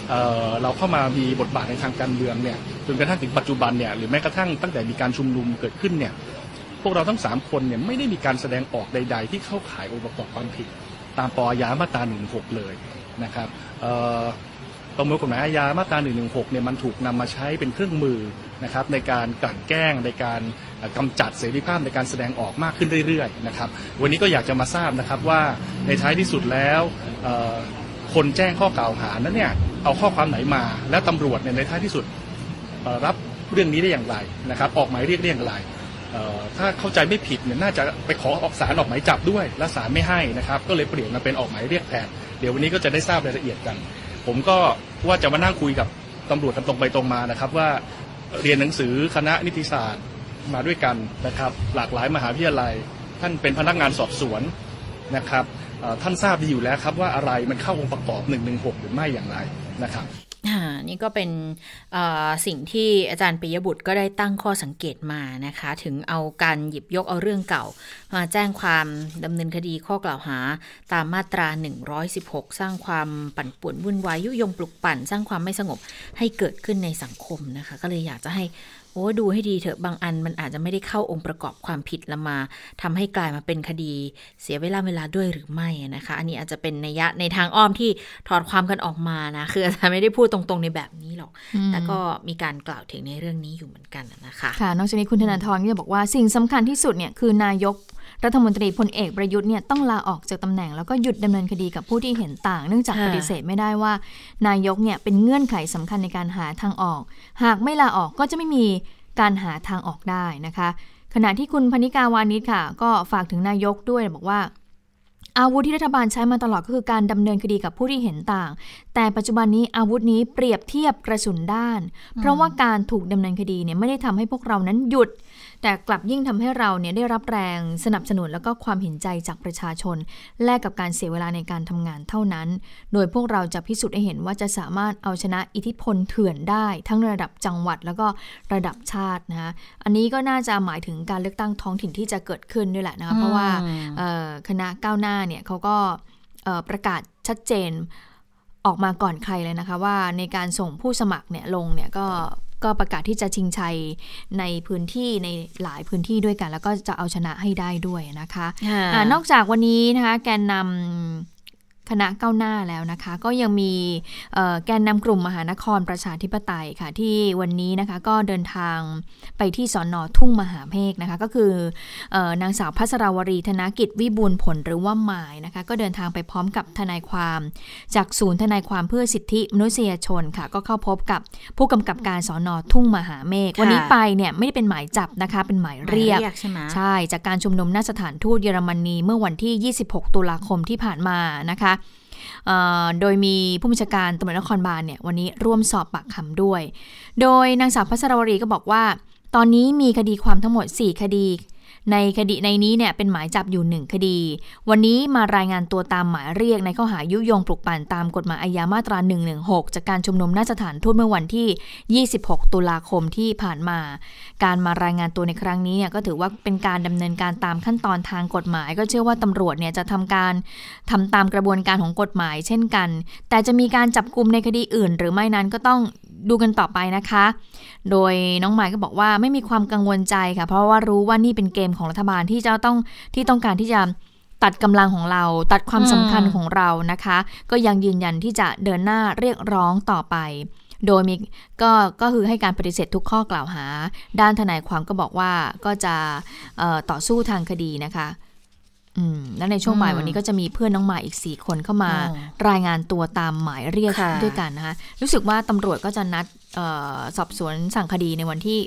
เราเข้ามามีบทบาทในทางการเมืองเนี่ยจนกระทั่งถึงปัจจุบันเนี่ยหรือแม้กระทั่งตั้งแต่มีการชุมนุมเกิดขึ้นเนี่ยพวกเราทั้ง3คนเนี่ยไม่ได้มีการแสดงออกใดๆที่เข้าข่ายองค์ประกอบความผิดตามป.อาญามาตรา116เลยนะครับประมวลกฎหมายอาญามาตรา116เนี่ยมันถูกนำมาใช้เป็นเครื่องมือนะครับในการกลั่นแกล้งในการกำจัดเสรีภาพในการแสดงออกมากขึ้นเรื่อยๆนะครับวันนี้ก็อยากจะมาทราบนะครับว่าในท้ายที่สุดแล้วคนแจ้งข้อกล่าวหานั้นเนี่ยเอาข้อความไหนมาและตำรวจเนี่ยในท้ายที่สุดรับเรื่องนี้ได้อย่างไรนะครับออกหมายเรียกได้อย่างไรถ้าเข้าใจไม่ผิดเนี่ยน่าจะไปขอออกศาลออกหมายจับด้วยและศาลไม่ให้นะครับก็เลยเปลี่ยนมาเป็นออกหมายเรียกแทนเดี๋ยววันนี้ก็จะได้ทราบรายละเอียดกันผมก็ว่าจะมานั่งคุยกับตำรวจกันตรงไปตรงมานะครับว่าเรียนหนังสือคณะนิติศาสตร์มาด้วยกันนะครับหลากหลายมหาวิทยาลัยท่านเป็นพนักงานสอบสวนนะครับท่านทราบดีอยู่แล้วครับว่าอะไรมันเข้าองค์ประกอบ116หรือไม่อย่างไรนะครับ
นี่ก็เป็นสิ่งที่อาจารย์ปิยบุตรก็ได้ตั้งข้อสังเกตมานะคะถึงเอาการหยิบยกเอาเรื่องเก่ามาแจ้งความดำเนินคดีข้อกล่าวหาตามมาตรา116สร้างความปั่นป่วนวุ่นวายยุยงปลุกปั่นสร้างความไม่สงบให้เกิดขึ้นในสังคมนะคะก็เลยอยากจะให้ดูให้ดีเถอะบางอันมันอาจจะไม่ได้เข้าองค์ประกอบความผิดละมาทำให้กลายมาเป็นคดีเสียเวลาด้วยหรือไม่นะคะอันนี้อาจจะเป็นนัยยะในทางอ้อมที่ถอดความกันออกมานะคืออาจารย์ไม่ได้พูดตรงๆในแบบนี้หรอกแต่ก็มีการกล่าวถึงในเรื่องนี้อยู่เหมือนกันนะคะ
ค่ะนอกจากนี้คุณธนาธรก็จะบอกว่าสิ่งสำคัญที่สุดเนี่ยคือนายกรัฐมนตรีพลเอกประยุทธ์เนี่ยต้องลาออกจากตำแหน่งแล้วก็หยุดดำเนินคดีกับผู้ที่เห็นต่างเนื่องจากปฏิเสธไม่ได้ว่านายกเนี่ยเป็นเงื่อนไขสำคัญในการหาทางออกหากไม่ลาออกก็จะไม่มีการหาทางออกได้นะคะขณะที่คุณพนิกาวานิชค่ะก็ฝากถึงนายกด้วยบอกว่าอาวุธที่รัฐบาลใช้มาตลอดก็คือการดำเนินคดีกับผู้ที่เห็นต่างแต่ปัจจุบันนี้อาวุธนี้เปรียบเทียบกระสุนด้านเพราะว่าการถูกดำเนินคดีเนี่ยไม่ได้ทำให้พวกเรานั้นหยุดแต่กลับยิ่งทำให้เราเนี่ยได้รับแรงสนับสนุนแล้วก็ความเห็นใจจากประชาชนแลกกับการเสียเวลาในการทำงานเท่านั้นโดยพวกเราจะพิสูจน์ให้เห็นว่าจะสามารถเอาชนะอิทธิพลเถื่อนได้ทั้งระดับจังหวัดแล้วก็ระดับชาตินะคะอันนี้ก็น่าจะหมายถึงการเลือกตั้งท้องถิ่นที่จะเกิดขึ้นด้วยแหละนะคะเพราะว่าคณะก้าวหน้าเนี่ยเขาก็ประกาศชัดเจนออกมาก่อนใครเลยนะคะว่าในการส่งผู้สมัครเนี่ยลงเนี่ยก็ประกาศที่จะชิงชัยในพื้นที่ในหลายพื้นที่ด้วยกันแล้วก็จะเอาชนะให้ได้ด้วยนะคะนอกจากวันนี้นะคะแกนนำคณะก้าวหน้าแล้วนะคะก็ยังมีแกนนำกลุ่มมหานครประชาธิปไตยค่ะที่วันนี้นะคะก็เดินทางไปที่สน.ทุ่งมหาเมฆนะคะก็คือนางสาวภัสราวรีธนกิจวิบูลย์ผลหรือว่าหมายนะคะก็เดินทางไปพร้อมกับทนายความจากศูนย์ทนายความเพื่อสิทธิมนุษยชนค่ะก็เข้าพบกับผู้กำกับการสน.ทุ่งมหาเมฆวันนี้ไปเนี่ยไม่ได้เป็นหมายจับนะคะเป็นหมายเรียกใช่จากการชุมนุมหน้าสถานทูตเยอรมนีเมื่อวันที่26ตุลาคมที่ผ่านมานะคะโดยมีผู้บัญชาการตำรวจนครบาลเนี่ยวันนี้ร่วมสอบปากคำด้วยโดยนางสาวภัสราวรีก็บอกว่าตอนนี้มีคดีความทั้งหมด4คดีในคดีในนี้เนี่ยเป็นหมายจับอยู่1คดีวันนี้มารายงานตัวตามหมายเรียกในข้อหายุยงปลุกปั่นตามกฎหมายอาญามาตรา116จากการชุมนุมหน้าสถานทูตเมื่อวันที่26ตุลาคมที่ผ่านมาการมารายงานตัวในครั้งนี้เนี่ยก็ถือว่าเป็นการดำเนินการตามขั้นตอนทางกฎหมายก็เชื่อว่าตำรวจเนี่ยจะทำตามกระบวนการของกฎหมายเช่นกันแต่จะมีการจับกุมในคดีอื่นหรือไม่นั้นก็ต้องดูกันต่อไปนะคะโดยน้องหมายก็บอกว่าไม่มีความกังวลใจค่ะเพราะว่ารู้ว่านี่เป็นเกมของรัฐบาลที่ต้องการที่จะตัดกำลังของเราตัดความสำคัญของเรานะคะก็ยังยืนยันที่จะเดินหน้าเรียกร้องต่อไปโดยมีก็คือให้การปฏิเสธทุกข้อกล่าวหาด้านทนายความก็บอกว่าก็จะต่อสู้ทางคดีนะคะและในช่วงบ่ายวันนี้ก็จะมีเพื่อนน้องหมายอีก4คนเข้ามารายงานตัวตามหมายเรียกด้วยกันนะคะรู้สึกว่าตำรวจก็จะนัดสอบสวนสั่งคดีในวันที่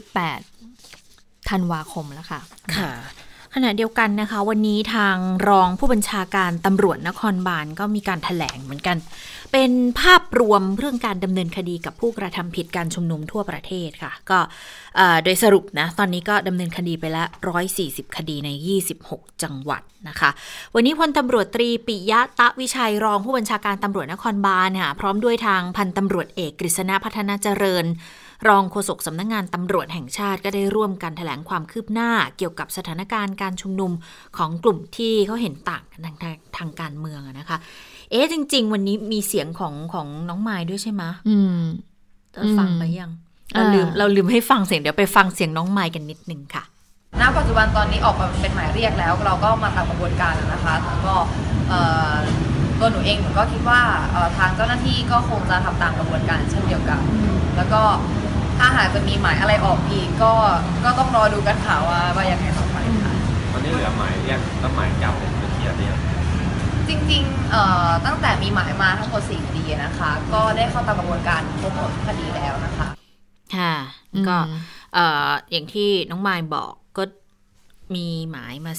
8ธันวาคมแล้วค่ะ
ขณะเดียวกันนะคะวันนี้ทางรองผู้บัญชาการตำรวจนครบาลก็มีการแถลงเหมือนกันเป็นภาพรวมเรื่องการดำเนินคดีกับผู้กระทำผิดการชุมนุมทั่วประเทศค่ะก็โดยสรุปนะตอนนี้ก็ดำเนินคดีไปแล้ว140คดีใน26จังหวัดนะคะวันนี้พลตำรวจตรีปิยะตะวิชัยรองผู้บัญชาการตำรวจนครบาลค่ะพร้อมด้วยทางพันตำรวจเอกกฤษณะพัฒนาเจริญรองโฆษกสำนักงานตำรวจแห่งชาติก็ได้ร่วมกันแถลงความคืบหน้าเกี่ยวกับสถานการณ์การชุมนุมของกลุ่มที่เขาเห็นต่างทางการเมืองนะคะจริงๆวันนี้มีเสียงของน้องไมล์ด้วยใช่ไหมฟังไปยังเราลืมให้ฟังเสียงเดี๋ยวไปฟังเสียงน้องไมล์กันนิดนึงค่ะ
ณปัจจุบันตอนนี้ออกมาเป็นหมายเรียกแล้วเราก็มาตามกระบวนการแล้วนะคะแล้วก็ตัวหนูเองหนูก็คิดว่าทางเจ้าหน้าที่ก็คงจะทำตามกระบวนการเช่นเดียวกันแล้วก็ถ้าหากจะมีหมายอะไรออกอีกก็ต้องรอดูกันค่ะว่ายังไงต่อไปค่ะ
ตอนนี้เหลือหมายเรียกและหมายจับเป็นเคลียร์เนี่ย
จริงๆตั้งแต่มีหมายมาทั้งหมด4 คดีนะคะก็ได้เข้าตามกระบวนการครบหมดคดีแล้วนะคะ
ค่ะก็อย่างที่น้องไมล์บอกก็มีหมายมา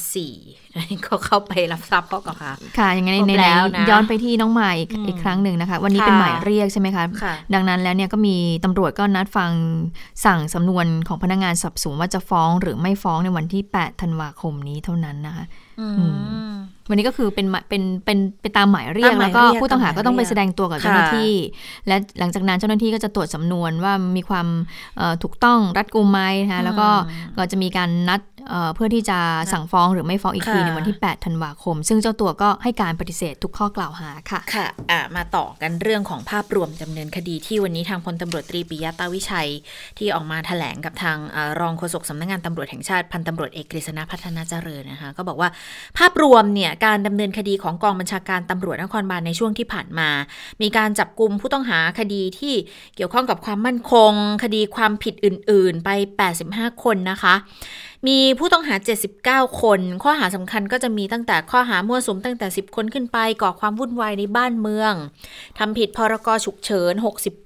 4ก็เข้าไปรับทราบข้อกล่าวหา
ค่ะอย่างนั้นในย้อนไปที่น้องไมล์อีกครั้งหนึ่งนะคะวันนี้เป็นหมายเรียกใช่ไหมคะดังนั้นแล้วเนี่ยก็มีตำรวจก็นัดฟังสั่งสำนวนของพนักงานสอบสวนว่าจะฟ้องหรือไม่ฟ้องในวันที่8 ธันวาคมนี้เท่านั้นนะคะวันนี้ก็คือเป็นตามหมายเรียกแล้วก็ผู้ต้องหาก็ต้องไปแสดงตัวกับเจ้าหน้าที่และหลังจากนั้นเจ้าหน้าที่ก็จะตรวจสำนวนว่ามีความถูกต้องรัดกุมไหมนะคะแล้วก็จะมีการนัดเพื่อที่จะสั่งฟ้องหรือไม่ฟ้องอีกทีในวันที่8 ธันวาคมซึ่งเจ้าตัวก็ให้การปฏิเสธทุกข้อกล่าวหาค่ะ
ค่ะมาต่อกันเรื่องของภาพรวมดำเนินคดีที่วันนี้ทางพลตำรวจตรีปิยะตาวิชัยที่ออกมาแถลงกับทางรองโฆษกสำนักงานตำรวจแห่งชาติพันตำรวจเอกกฤษณพัฒนาเจริญนะคะก็บอกว่าภาพรวมเนี่ยการดำเนินคดีของกองบัญชาการตำรวจนครบาลในช่วงที่ผ่านมามีการจับกุมผู้ต้องหาคดีที่เกี่ยวข้องกับความมั่นคงคดีความผิดอื่นๆไป85คนนะคะมีผู้ต้องหา79คนข้อหาสำคัญก็จะมีตั้งแต่ข้อหามั่วสุมตั้งแต่10คนขึ้นไปก่อความวุ่นวายในบ้านเมืองทำผิดพรก.ฉุกเฉิน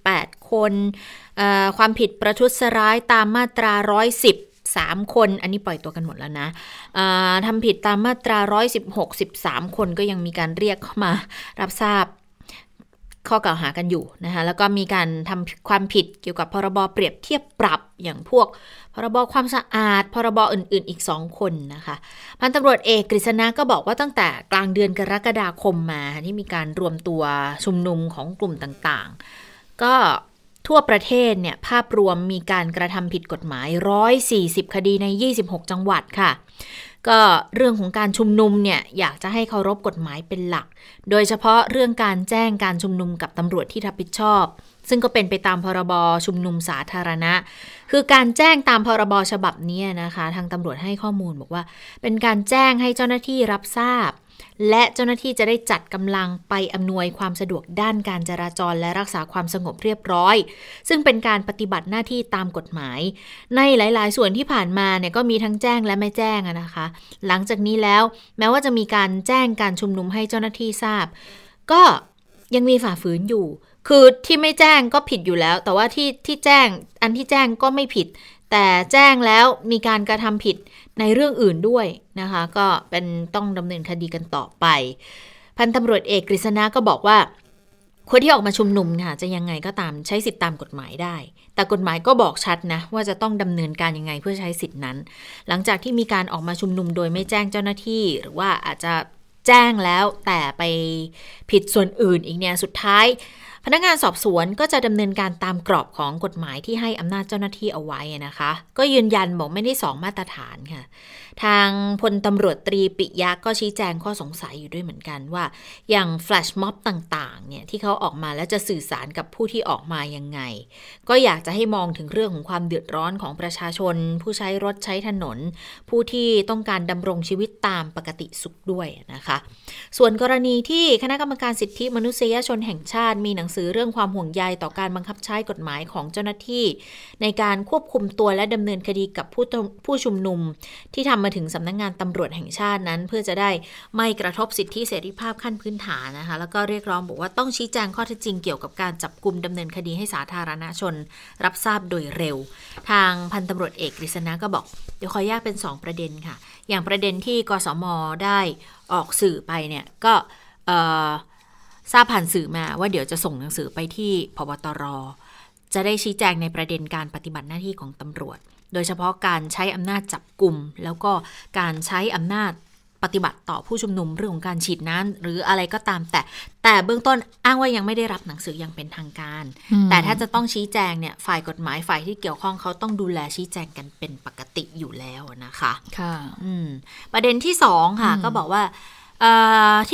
68คนความผิดประทุษร้ายตามมาตรา110 3คนอันนี้ปล่อยตัวกันหมดแล้วนะทำผิดตามมาตรา116 13คนก็ยังมีการเรียกเข้ามารับทราบข้อกล่าวหากันอยู่นะคะแล้วก็มีการทำความผิดเกี่ยวกับพรบเปรียบเทียบปรับอย่างพวกพรบความสะอาดพรบอื่นๆอีก2คนนะคะพันตำรวจเอกกฤษณะก็บอกว่าตั้งแต่กลางเดือนกรกฎาคมมาที่มีการรวมตัวชุมนุมของกลุ่มต่างๆก็ทั่วประเทศเนี่ยภาพรวมมีการกระทำผิดกฎหมาย140คดีใน26จังหวัดค่ะก็เรื่องของการชุมนุมเนี่ยอยากจะให้เคารพกฎหมายเป็นหลักโดยเฉพาะเรื่องการแจ้งการชุมนุมกับตำรวจที่รับผิดชอบซึ่งก็เป็นไปตามพรบชุมนุมสาธารณะคือการแจ้งตามพรบฉบับนี้นะคะทางตำรวจให้ข้อมูลบอกว่าเป็นการแจ้งให้เจ้าหน้าที่รับทราบและเจ้าหน้าที่จะได้จัดกำลังไปอำนวยความสะดวกด้านการจราจรและรักษาความสงบเรียบร้อยซึ่งเป็นการปฏิบัติหน้าที่ตามกฎหมายในหลายๆส่วนที่ผ่านมาเนี่ยก็มีทั้งแจ้งและไม่แจ้งนะคะหลังจากนี้แล้วแม้ว่าจะมีการแจ้งการชุมนุมให้เจ้าหน้าที่ทราบก็ยังมีฝ่าฝืนอยู่คือที่ไม่แจ้งก็ผิดอยู่แล้วแต่ว่าที่แจ้งอันที่แจ้งก็ไม่ผิดแต่แจ้งแล้วมีการกระทำผิดในเรื่องอื่นด้วยนะคะก็เป็นต้องดำเนินคดีกันต่อไปพันตำรวจเอกกฤษณะก็บอกว่าคนที่ออกมาชุมนุมค่ะจะยังไงก็ตามใช้สิทธิตามกฎหมายได้แต่กฎหมายก็บอกชัดนะว่าจะต้องดำเนินการยังไงเพื่อใช้สิทธินั้นหลังจากที่มีการออกมาชุมนุมโดยไม่แจ้งเจ้าหน้าที่หรือว่าอาจจะแจ้งแล้วแต่ไปผิดส่วนอื่นอีกเนี่ยสุดท้ายพนักงานสอบสวนก็จะดำเนินการตามกรอบของกฎหมายที่ให้อำนาจเจ้าหน้าที่เอาไว้นะคะก็ยืนยันบอกไม่ได้2มาตรฐานค่ะทางพลตำรวจตรีปิยะก็ชี้แจงข้อสงสัยอยู่ด้วยเหมือนกันว่าอย่างแฟลชม็อบต่างๆเนี่ยที่เขาออกมาแล้วจะสื่อสารกับผู้ที่ออกมายังไงก็อยากจะให้มองถึงเรื่องของความเดือดร้อนของประชาชนผู้ใช้รถใช้ถนนผู้ที่ต้องการดำรงชีวิตตามปกติสุขด้วยนะคะส่วนกรณีที่คณะกรรมการสิทธิมนุษยชนแห่งชาติมีหนังสือเรื่องความห่วงใยต่อการบังคับใช้กฎหมายของเจ้าหน้าที่ในการควบคุมตัวและดำเนินคดีกับผู้ชุมนุมที่ทำมาถึงสำนักงานตำรวจแห่งชาตินั้นเพื่อจะได้ไม่กระทบสิทธิเสรีภาพขั้นพื้นฐานนะคะแล้วก็เรียกร้องบอกว่าต้องชี้แจงข้อเท็จจริงเกี่ยวกับการจับกุมดำเนินคดีให้สาธารณชนรับทราบโดยเร็วทางพันตำรวจเอกกฤษณะก็บอกเดี๋ยวขอแยกเป็น2ประเด็นค่ะอย่างประเด็นที่กสม.ได้ออกสื่อไปเนี่ยก็ทราบผ่านสื่อมาว่าเดี๋ยวจะส่งหนังสือไปที่ผบ.ตร.จะได้ชี้แจงในประเด็นการปฏิบัติหน้าที่ของตำรวจโดยเฉพาะการใช้อำนาจจับกุมแล้วก็การใช้อำนาจปฏิบัติต่อผู้ชุมนุมเรื่องของการฉีดน้ำหรืออะไรก็ตามแต่เบื้องต้นอ้างว่ายังไม่ได้รับหนังสืออย่างเป็นทางการแต่ถ้าจะต้องชี้แจงเนี่ยฝ่ายกฎหมายฝ่ายที่เกี่ยวข้องเขาต้องดูแลชี้แจงกันเป็นปกติอยู่แล้วนะคะค่ะประเด็นที่2ค่ะก็บอกว่าที่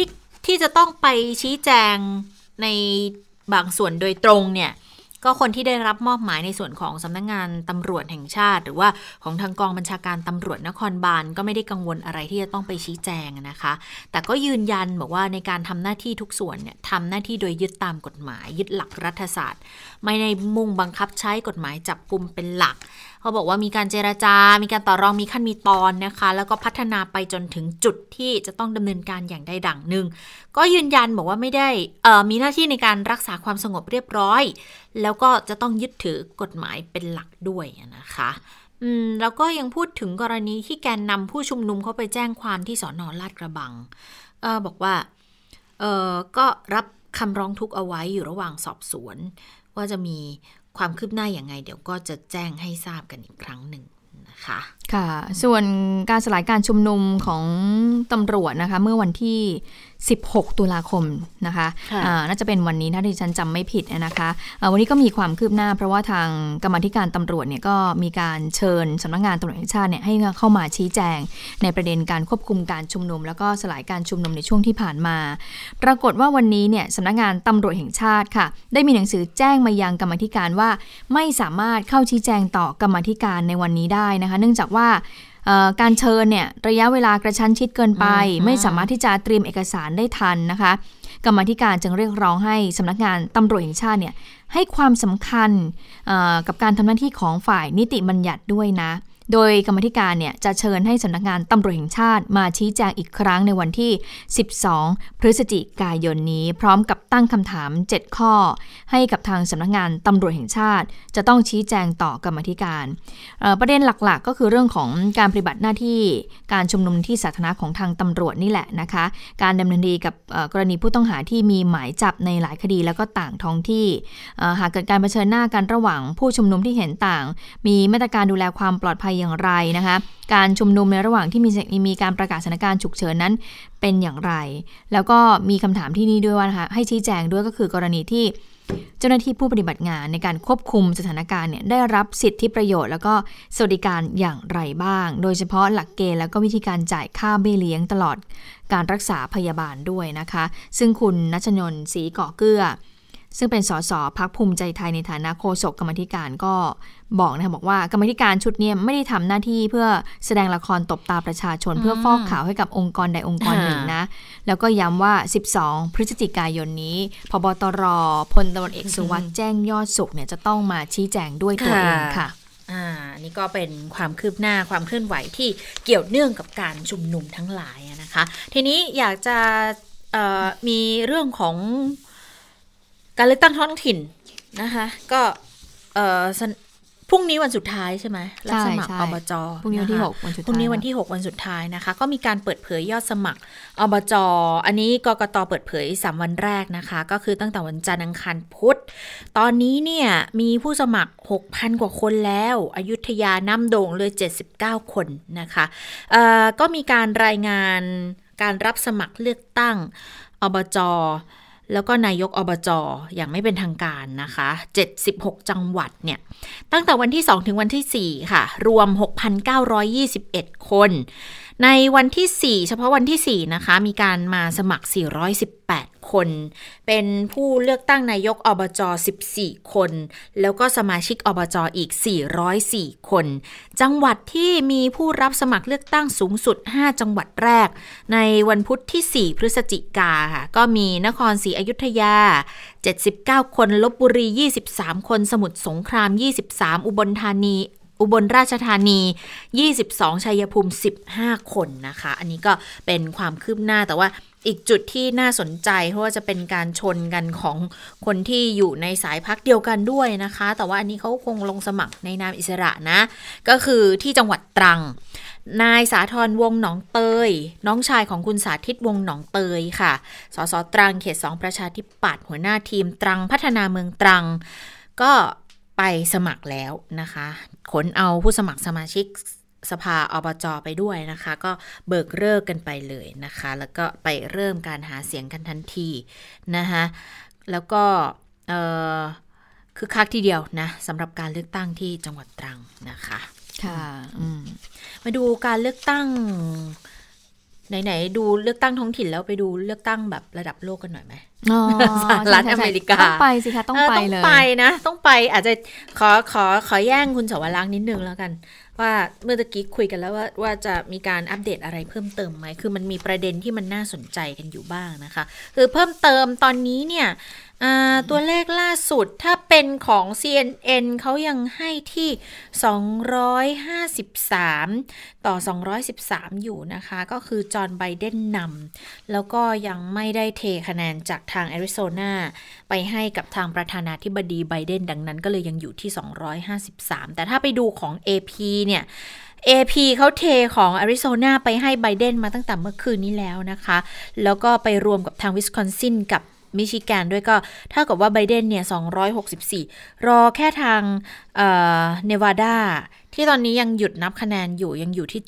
ที่จะต้องไปชี้แจงในบางส่วนโดยตรงเนี่ยก็คนที่ได้รับมอบหมายในส่วนของสำนักงานตำรวจแห่งชาติหรือว่าของทางกองบัญชาการตำรวจนครบาลก็ไม่ได้กังวลอะไรที่จะต้องไปชี้แจงนะคะแต่ก็ยืนยันบอกว่าในการทำหน้าที่ทุกส่วนเนี่ยทำหน้าที่โดยยึดตามกฎหมายยึดหลักรัฐศาสตร์ไม่ได้มุ่งบังคับใช้กฎหมายจับกุมเป็นหลักเขาบอกว่ามีการเจรจามีการต่อรองมีขั้นมีตอนนะคะแล้วก็พัฒนาไปจนถึงจุดที่จะต้องดำเนินการอย่างใดดังหนึ่งก็ยืนยันบอกว่าไม่ได้มีหน้าที่ในการรักษาความสงบเรียบร้อยแล้วก็จะต้องยึดถือกฎหมายเป็นหลักด้วยนะคะแล้วก็ยังพูดถึงกรณีที่แกนนำผู้ชุมนุมเขาไปแจ้งความที่สน.ลาดกระบังบอกว่าก็รับคำร้องทุกข์เอาไว้อยู่ระหว่างสอบสวนว่าจะมีความคืบหน้าอย่างไงเดี๋ยวก็จะแจ้งให้ทราบกันอีกครั้งหนึ่งนะคะ
ค่ะส่วนการสลายการชุมนุมของตำรวจนะคะเมื่อวันที่16ตุลาคมนะคะน่าจะเป็นวันนี้ถ้าดิฉันจำไม่ผิดนะคะวันนี้ก็มีความคืบหน้าเพราะว่าทางกรรมาธิการตำรวจเนี่ยก็มีการเชิญสำนักงานตำรวจแห่งชาติเนี่ยให้เข้ามาชี้แจงในประเด็นการควบคุมการชุมนุมแล้วก็สลายการชุมนุมในช่วงที่ผ่านมาปรากฏว่าวันนี้เนี่ยสำนักงานตำรวจแห่งชาติค่ะได้มีหนังสือแจ้งมายังกรรมาธิการว่าไม่สามารถเข้าชี้แจงต่อกรรมาธิการในวันนี้ได้นะคะเนื่องจากว่าการเชิญเนี่ยระยะเวลากระชั้นชิดเกินไปไม่สามารถที่จะเตรียมเอกสารได้ทันนะคะกรรมาธิการจึงเรียกร้องให้สำนักงานตำรวจแห่งชาติเนี่ยให้ความสำคัญกับการทำหน้าที่ของฝ่ายนิติบัญญัติด้วยนะโดยกรรมาธิการเนี่ยจะเชิญให้สำนักงานตำรวจแห่งชาติมาชี้แจงอีกครั้งในวันที่12พฤศจิกายนนี้พร้อมกับตั้งคำถาม7ข้อให้กับทางสำนักงานตำรวจแห่งชาติจะต้องชี้แจงต่อกรรมาธิการประเด็นหลักๆก็คือเรื่องของการปฏิบัติหน้าที่การชุมนุมที่สาธารณะของทางตำรวจนี่แหละนะคะการดำเนินคดีกับกรณีผู้ต้องหาที่มีหมายจับในหลายคดีแล้วก็ต่างท้องที่หากเกิดการเผชิญหน้ากันระหว่างผู้ชุมนุมที่เห็นต่างมีมาตรการดูแลความปลอดภัยอย่างไรนะคะการชุมนุมในระหว่างที่มีการประกาศสถานการณ์ฉุกเฉินนั้นเป็นอย่างไรแล้วก็มีคำถามที่นี่ด้วยว่านะคะให้ชี้แจงด้วยก็คือกรณีที่เจ้าหน้าที่ผู้ปฏิบัติงานในการควบคุมสถานการณ์เนี่ยได้รับสิทธิประโยชน์แล้วก็สวัสดิการอย่างไรบ้างโดยเฉพาะหลักเกณฑ์แล้วก็วิธีการจ่ายค่าเบี้ยเลี้ยงตลอดการรักษาพยาบาลด้วยนะคะซึ่งคุณณัชนนท์ศรีก่อเกื้อซึ่งเป็นสสพรรคภูมิใจไทยในฐานะโฆษกกรรมาธิการก็บอกนะคะบอกว่ากรรมาธิการชุดนี้ไม่ได้ทำหน้าที่เพื่อแสดงละครตบตาประชาชนเพื่อฟอกขาวให้กับองค์กรใดองค์กรหนึ่งนะแล้วก็ย้ำว่า12พฤศจิกายนนี้ผบตรพลตำรวจเอกสุวัสดิ์แจ้งยอดสุขเนี่ยจะต้องมาชี้แจงด้วยตัวเองค่ะ
นี่ก็เป็นความคืบหน้าความเคลื่อนไหวที่เกี่ยวเนื่องกับการชุมนุมทั้งหลายนะคะทีนี้อยากจะมีเรื่องของการเลือกตั้งท้องถิ่นนะคะก็พรุ่งนี้วันสุดท้ายใช่ไหมรับสมัครอบจ.
พรุ่งนี้วันที่6วันสุดท้าย
พรุ่งนี้วันที่6วันสุดท้ายนะคะก็มีการเปิดเผยยอดสมัครอบจ.อันนี้กกต.เปิดเผย3วันแรกนะคะก็คือตั้งแต่วันจันทร์อังคารพุธตอนนี้เนี่ยมีผู้สมัคร 6,000 กว่าคนแล้วอยุธยานำโด่งเลย79คนนะคะก็มีการรายงานการรับสมัครเลือกตั้งอบจ.แล้วก็นายกอบจ.อย่างไม่เป็นทางการนะคะ76จังหวัดเนี่ยตั้งแต่วันที่2ถึงวันที่4ค่ะรวม 6,921 คนในวันที่4เฉพาะวันที่4นะคะมีการมาสมัคร418คนเป็นผู้เลือกตั้งนายกอบจ14คนแล้วก็สมาชิกอบจอีก404คนจังหวัดที่มีผู้รับสมัครเลือกตั้งสูงสุด5จังหวัดแรกในวันพุธที่4พฤศจิกาค่ะก็มีนครศรีอยุธยา79คนลพบุรี23คนสมุทรสงคราม23อุบลราชธานี22ชัยภูมิ15คนนะคะอันนี้ก็เป็นความคืบหน้าแต่ว่าอีกจุดที่น่าสนใจเพราะว่าจะเป็นการชนกันของคนที่อยู่ในสายพรรคเดียวกันด้วยนะคะแต่ว่าอันนี้เขาคงลงสมัครในนามอิสระนะก็คือที่จังหวัดตรังนายสาธรวงศ์หนองเตยน้องชายของคุณสาธิตวงศ์หนองเตยค่ะสสตรังเขต2ประชาธิปัตย์หัวหน้าทีมตรังพัฒนาเมืองตรังก็ไปสมัครแล้วนะคะขนเอาผู้สมัครสมาชิกสภาอบจ.ไปด้วยนะคะก็เบิกเลิกกันไปเลยนะคะแล้วก็ไปเริ่มการหาเสียงกันทันทีนะคะแล้วก็คือคักทีเดียวนะสำหรับการเลือกตั้งที่จังหวัดตรังนะคะ
ค่ะ
มาดูการเลือกตั้งไหนๆดูเลือกตั้งท้องถิ่นแล้วไปดูเลือกตั้งแบบระดับโลกกันหน่อยไหม
สหรัฐอเมริกาต้องไปสิคะต้องไปเลย
ต้องไปนะต้องไปอาจจะขอแย่งคุณสวรักษ์นิดนึงแล้วกันว่าเมื่อกี้คุยกันแล้วว่าจะมีการอัปเดตอะไรเพิ่มเติมไหมคือมันมีประเด็นที่มันน่าสนใจกันอยู่บ้างนะคะคือเพิ่มเติมตอนนี้เนี่ยตัวเลขล่าสุดถ้าเป็นของ CNN เขายังให้ที่253ต่อ213อยู่นะคะก็คือจอห์นไบเดนนำแล้วก็ยังไม่ได้เทคะแนนจากทางแอริโซนาไปให้กับทางประธานาธิบดีไบเดนดังนั้นก็เลยยังอยู่ที่253แต่ถ้าไปดูของ AP เนี่ย AP เขาเทของแอริโซนาไปให้ไบเดนมาตั้งแต่เมื่อคืนนี้แล้วนะคะแล้วก็ไปรวมกับทางวิสคอนซินกับมิชิแกนด้วยก็เท่ากับว่าไบเดนเนี่ย264รอแค่ทางเนวาดาที่ตอนนี้ยังหยุดนับคะแนนอยู่ยังอยู่ที่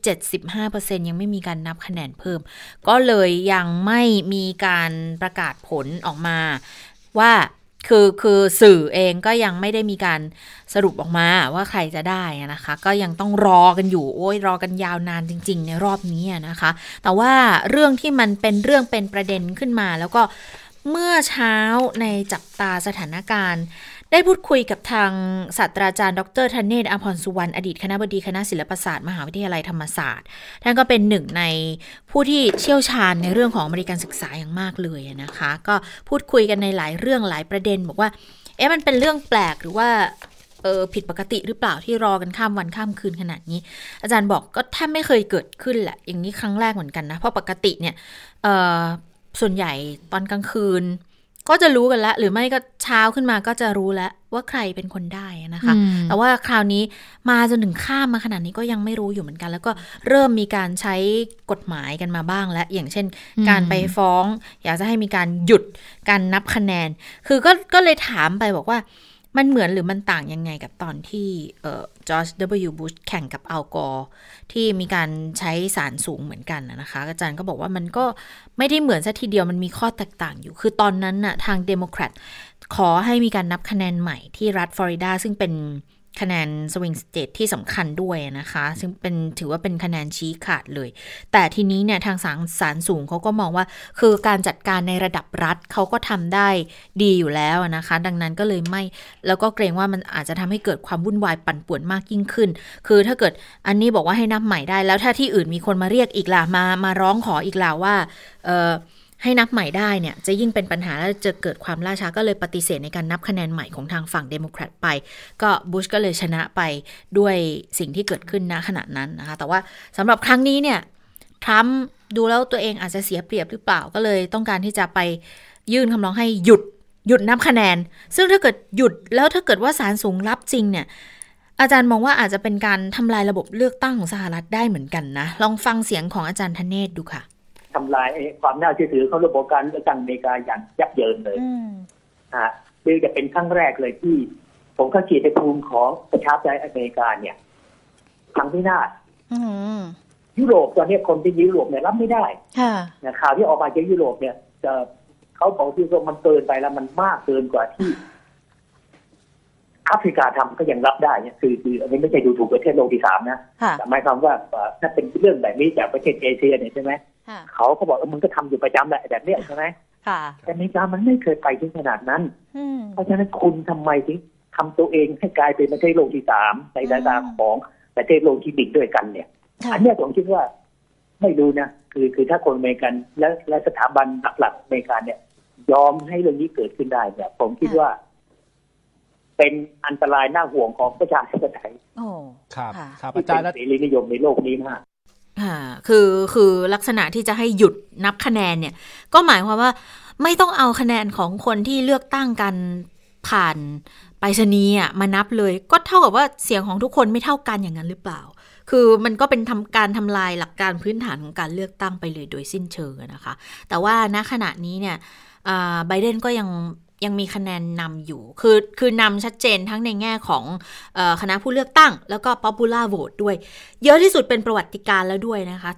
75% ยังไม่มีการนับคะแนนเพิ่มก็เลยยังไม่มีการประกาศผลออกมาว่าคือสื่อเองก็ยังไม่ได้มีการสรุปออกมาว่าใครจะได้นะคะก็ยังต้องรอกันอยู่รอกันยาวนานจริงๆในรอบนี้นะคะแต่ว่าเรื่องที่มันเป็นเรื่องเป็นประเด็นขึ้นมาแล้วก็เมื่อเช้าในจับตาสถานการณ์ได้พูดคุยกับทางศาสตราจารย์ดร.ธเนศ อภรสุวรรณอดีตคณบดีคณะศิลปศาสตร์มหาวิทยาลัยธรรมศาสตร์ท่านก็เป็นหนึ่งในผู้ที่เชี่ยวชาญในเรื่องของอเมริกันศึกษาอย่างมากเลยนะคะก็พูดคุยกันในหลายเรื่องหลายประเด็นบอกว่ามันเป็นเรื่องแปลกหรือว่าผิดปกติหรือเปล่าที่รอกันข้ามวันข้ามคืนขนาดนี้อาจารย์บอกก็แทบไม่เคยเกิดขึ้นแหละอย่างนี้ครั้งแรกเหมือนกันนะเพราะปกติเนี่ยส่วนใหญ่ตอนกลางคืนก็จะรู้กันแล้วหรือไม่ก็เช้าขึ้นมาก็จะรู้แล้วว่าใครเป็นคนได้นะคะแต่ว่าคราวนี้มาจนถึงข้ามมาขนาดนี้ก็ยังไม่รู้อยู่เหมือนกันแล้วก็เริ่มมีการใช้กฎหมายกันมาบ้างแล้วอย่างเช่นการไปฟ้องอยากจะให้มีการหยุดการนับคะแนนคือก็เลยถามไปบอกว่ามันเหมือนหรือมันต่างยังไงกับตอนที่จอร์จ W. บุชแข่งกับอัลกอร์ที่มีการใช้ศาลสูงเหมือนกันนะคะอาจารย์ก็บอกว่ามันก็ไม่ได้เหมือนซะทีเดียวมันมีข้อแตกต่างอยู่คือตอนนั้นน่ะทางเดโมแครตขอให้มีการนับคะแนนใหม่ที่รัฐฟลอริดาซึ่งเป็นคะแนนสวิงสเตทที่สำคัญด้วยนะคะซึ่งถือว่าเป็นคะแนนชี้ขาดเลยแต่ทีนี้เนี่ยทางศาลสูงเขาก็มองว่าคือการจัดการในระดับรัฐเขาก็ทำได้ดีอยู่แล้วนะคะดังนั้นก็เลยไม่แล้วก็เกรงว่ามันอาจจะทำให้เกิดความวุ่นวายปั่นป่วนมากยิ่งขึ้นคือถ้าเกิดอันนี้บอกว่าให้นับใหม่ได้แล้วถ้าที่อื่นมีคนมาเรียกอีกล่ะมาร้องขออีกล่ะว่าให้นับใหม่ได้เนี่ยจะยิ่งเป็นปัญหาและจะเกิดความล่าช้าก็เลยปฏิเสธในการนับคะแนนใหม่ของทางฝั่งเดโมแครตไปก็บุชก็เลยชนะไปด้วยสิ่งที่เกิดขึ้นณขณะนั้นนะคะแต่ว่าสำหรับครั้งนี้เนี่ยทรัมป์ดูแล้วตัวเองอาจจะเสียเปรียบหรือเปล่าก็เลยต้องการที่จะไปยื่นคำร้องให้หยุดนับคะแนนซึ่งถ้าเกิดหยุดแล้วถ้าเกิดว่าศาลสูงรับจริงเนี่ยอาจารย์มองว่าอาจจะเป็นการทำลายระบบเลือกตั้งของสหรัฐได้เหมือนกันนะลองฟังเสียงของอาจารย์ธเนศดูค่ะ
ทำลายความน่าเชื่อถือของระบบการเลือกตั้งอเมริกาอย่างยับเยินเลยคือจะเป็นครั้งแรกเลยที่ผมเข้าขีดในภูมิของประชาธิปไตยอเมริกาเนี่ยพังพินาศยุโรปตอนนี้คนที่ยุโรปเนี่ยรับไม่ได้ข่าวที่ออกมาจากยุโรปเนี่ยเขาบอกที่ว่ามันเกินไปแล้วมันมากเกินกว่าที่แอฟริกาทำก็ยังรับได้เนี่ยคืออันนี้ไม่ใช่ดูถูกประเทศโลกที่3นะแต่หมายความว่าถ้าเป็นเรื่องแบบนี้จากประเทศเอเชียเนี่ยใช่ไหมเขาบอกมึงก็ทำอยู่ประจำแหละแบบนี้ใช่ไหมแต่อเมริกามันไม่เคยไปถึงขนาดนั้นเพราะฉะนั้นคุณทำไมถึงทำตัวเองให้กลายเป็นประเทศโลกที่3ในสายตาของประเทศโลกที่1ด้วยกันเนี่ยอันนี้ผมคิดว่าไม่รู้นะคือถ้าคนอเมริกันและสถาบันหลักๆอเมริกันเนี่ยยอมให้เรื่องนี้เกิดขึ้นได้เนี่ยผมคิดว่าเป็นอันตรายน่าห่วงของประชาธิปไตย
ครับอาจารย์
เสรีนิยมในโลกนี้มาก
คือลักษณะที่จะให้หยุดนับคะแนนเนี่ยก็หมายความว่าไม่ต้องเอาคะแนนของคนที่เลือกตั้งกันผ่านไปรษณีย์มานับเลยก็เท่ากับว่าเสียงของทุกคนไม่เท่ากันอย่างนั้นหรือเปล่าคือมันก็เป็นการทำลายหลักการพื้นฐานของการเลือกตั้งไปเลยโดยสิ้นเชิงนะคะแต่ว่าณขณะนี้เนี่ยไบเดนก็ยังมีคะแนนนำอยู่คือนำชัดเจนทั้งในแง่ของคณะผู้เลือกตั้งแล้วก็ popular vote ด้วยเยอะที่สุดเป็นประวัติการณ์แล้วด้วยนะคะ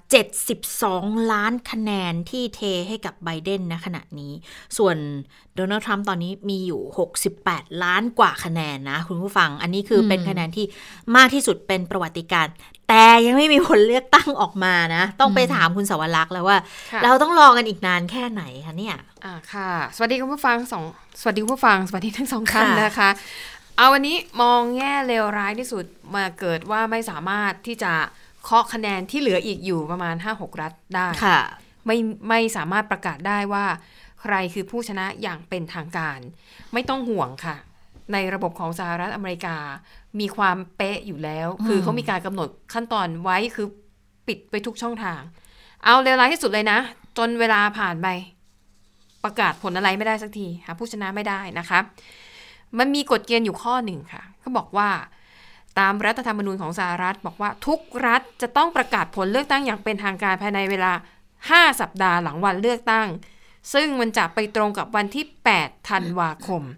72ล้านคะแนนที่เทให้กับไบเดนณขณะนี้ส่วนโดนัลด์ทรัมป์ตอนนี้มีอยู่68ล้านกว่าคะแนนนะคุณผู้ฟังอันนี้คือเป็นคะแนนที่มากที่สุดเป็นประวัติการณ์แต่ยังไม่มีผลเลือกตั้งออกมานะต้องไปถามคุณสวรักษ์แล้วว่าเราต้องรอกันอีกนานแค่ไหนคะเนี่ย
ค่ะสวัสดีคุณผู้ฟังสวัสดีคุณผู้ฟังสวัสดีทั้งสองท่านนะคะเอาวันนี้มองแง่เลวร้ายที่สุดมาเกิดว่าไม่สามารถที่จะเคาะคะแนนที่เหลืออีกอยู่ประมาณ 5-6 รัฐได้ไม่สามารถประกาศได้ว่าใครคือผู้ชนะอย่างเป็นทางการไม่ต้องห่วงค่ะในระบบของสหรัฐอเมริกามีความเป๊ะอยู่แล้วคือเขามีการกำหนดขั้นตอนไว้คือปิดไปทุกช่องทางเอาเลวร้ายที่สุดเลยนะจนเวลาผ่านไปประกาศผลอะไรไม่ได้สักทีหาผู้ชนะไม่ได้นะคะมันมีกฎเกณฑ์อยู่ข้อหนึ่งค่ะเขาบอกว่าตามรัฐธรรมนูญของสหรัฐบอกว่าทุกรัฐจะต้องประกาศผลเลือกตั้งอย่างเป็นทางการภายในเวลา5 สัปดาห์หลังวันเลือกตั้งซึ่งมันจะไปตรงกับวันที่8 ธันวาคม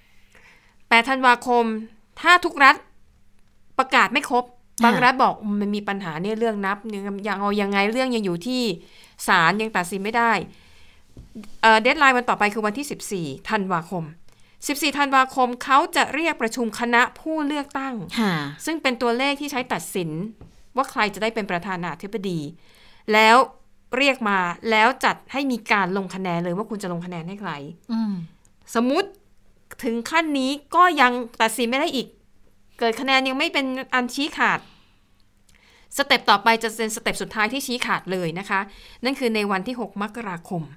8 ธันวาคมถ้าทุกรัฐประกาศไม่ครบบางรัฐบอกมันมีปัญหาเนี่ยเรื่องนับยังเอายังไงเรื่องยังอยู่ที่ศาลยังตัดสินไม่ได้เดดไลน์วันต่อไปคือวันที่14 ธันวาคม14 ธันวาคมเขาจะเรียกประชุมคณะผู้เลือกตั้งซึ่งเป็นตัวเลขที่ใช้ตัดสินว่าใครจะได้เป็นประธานาธิบดีแล้วเรียกมาแล้วจัดให้มีการลงคะแนนเลยว่าคุณจะลงคะแนนให้ใครสมมุติถึงขั้นนี้ก็ยังตัดสินไม่ได้อีกเกิดคะแนนยังไม่เป็นอันชี้ขาดสเต็ปต่อไปจะเป็นสเต็ปสุดท้ายที่ชี้ขาดเลยนะคะนั่นคือในวันที่6 มกราคม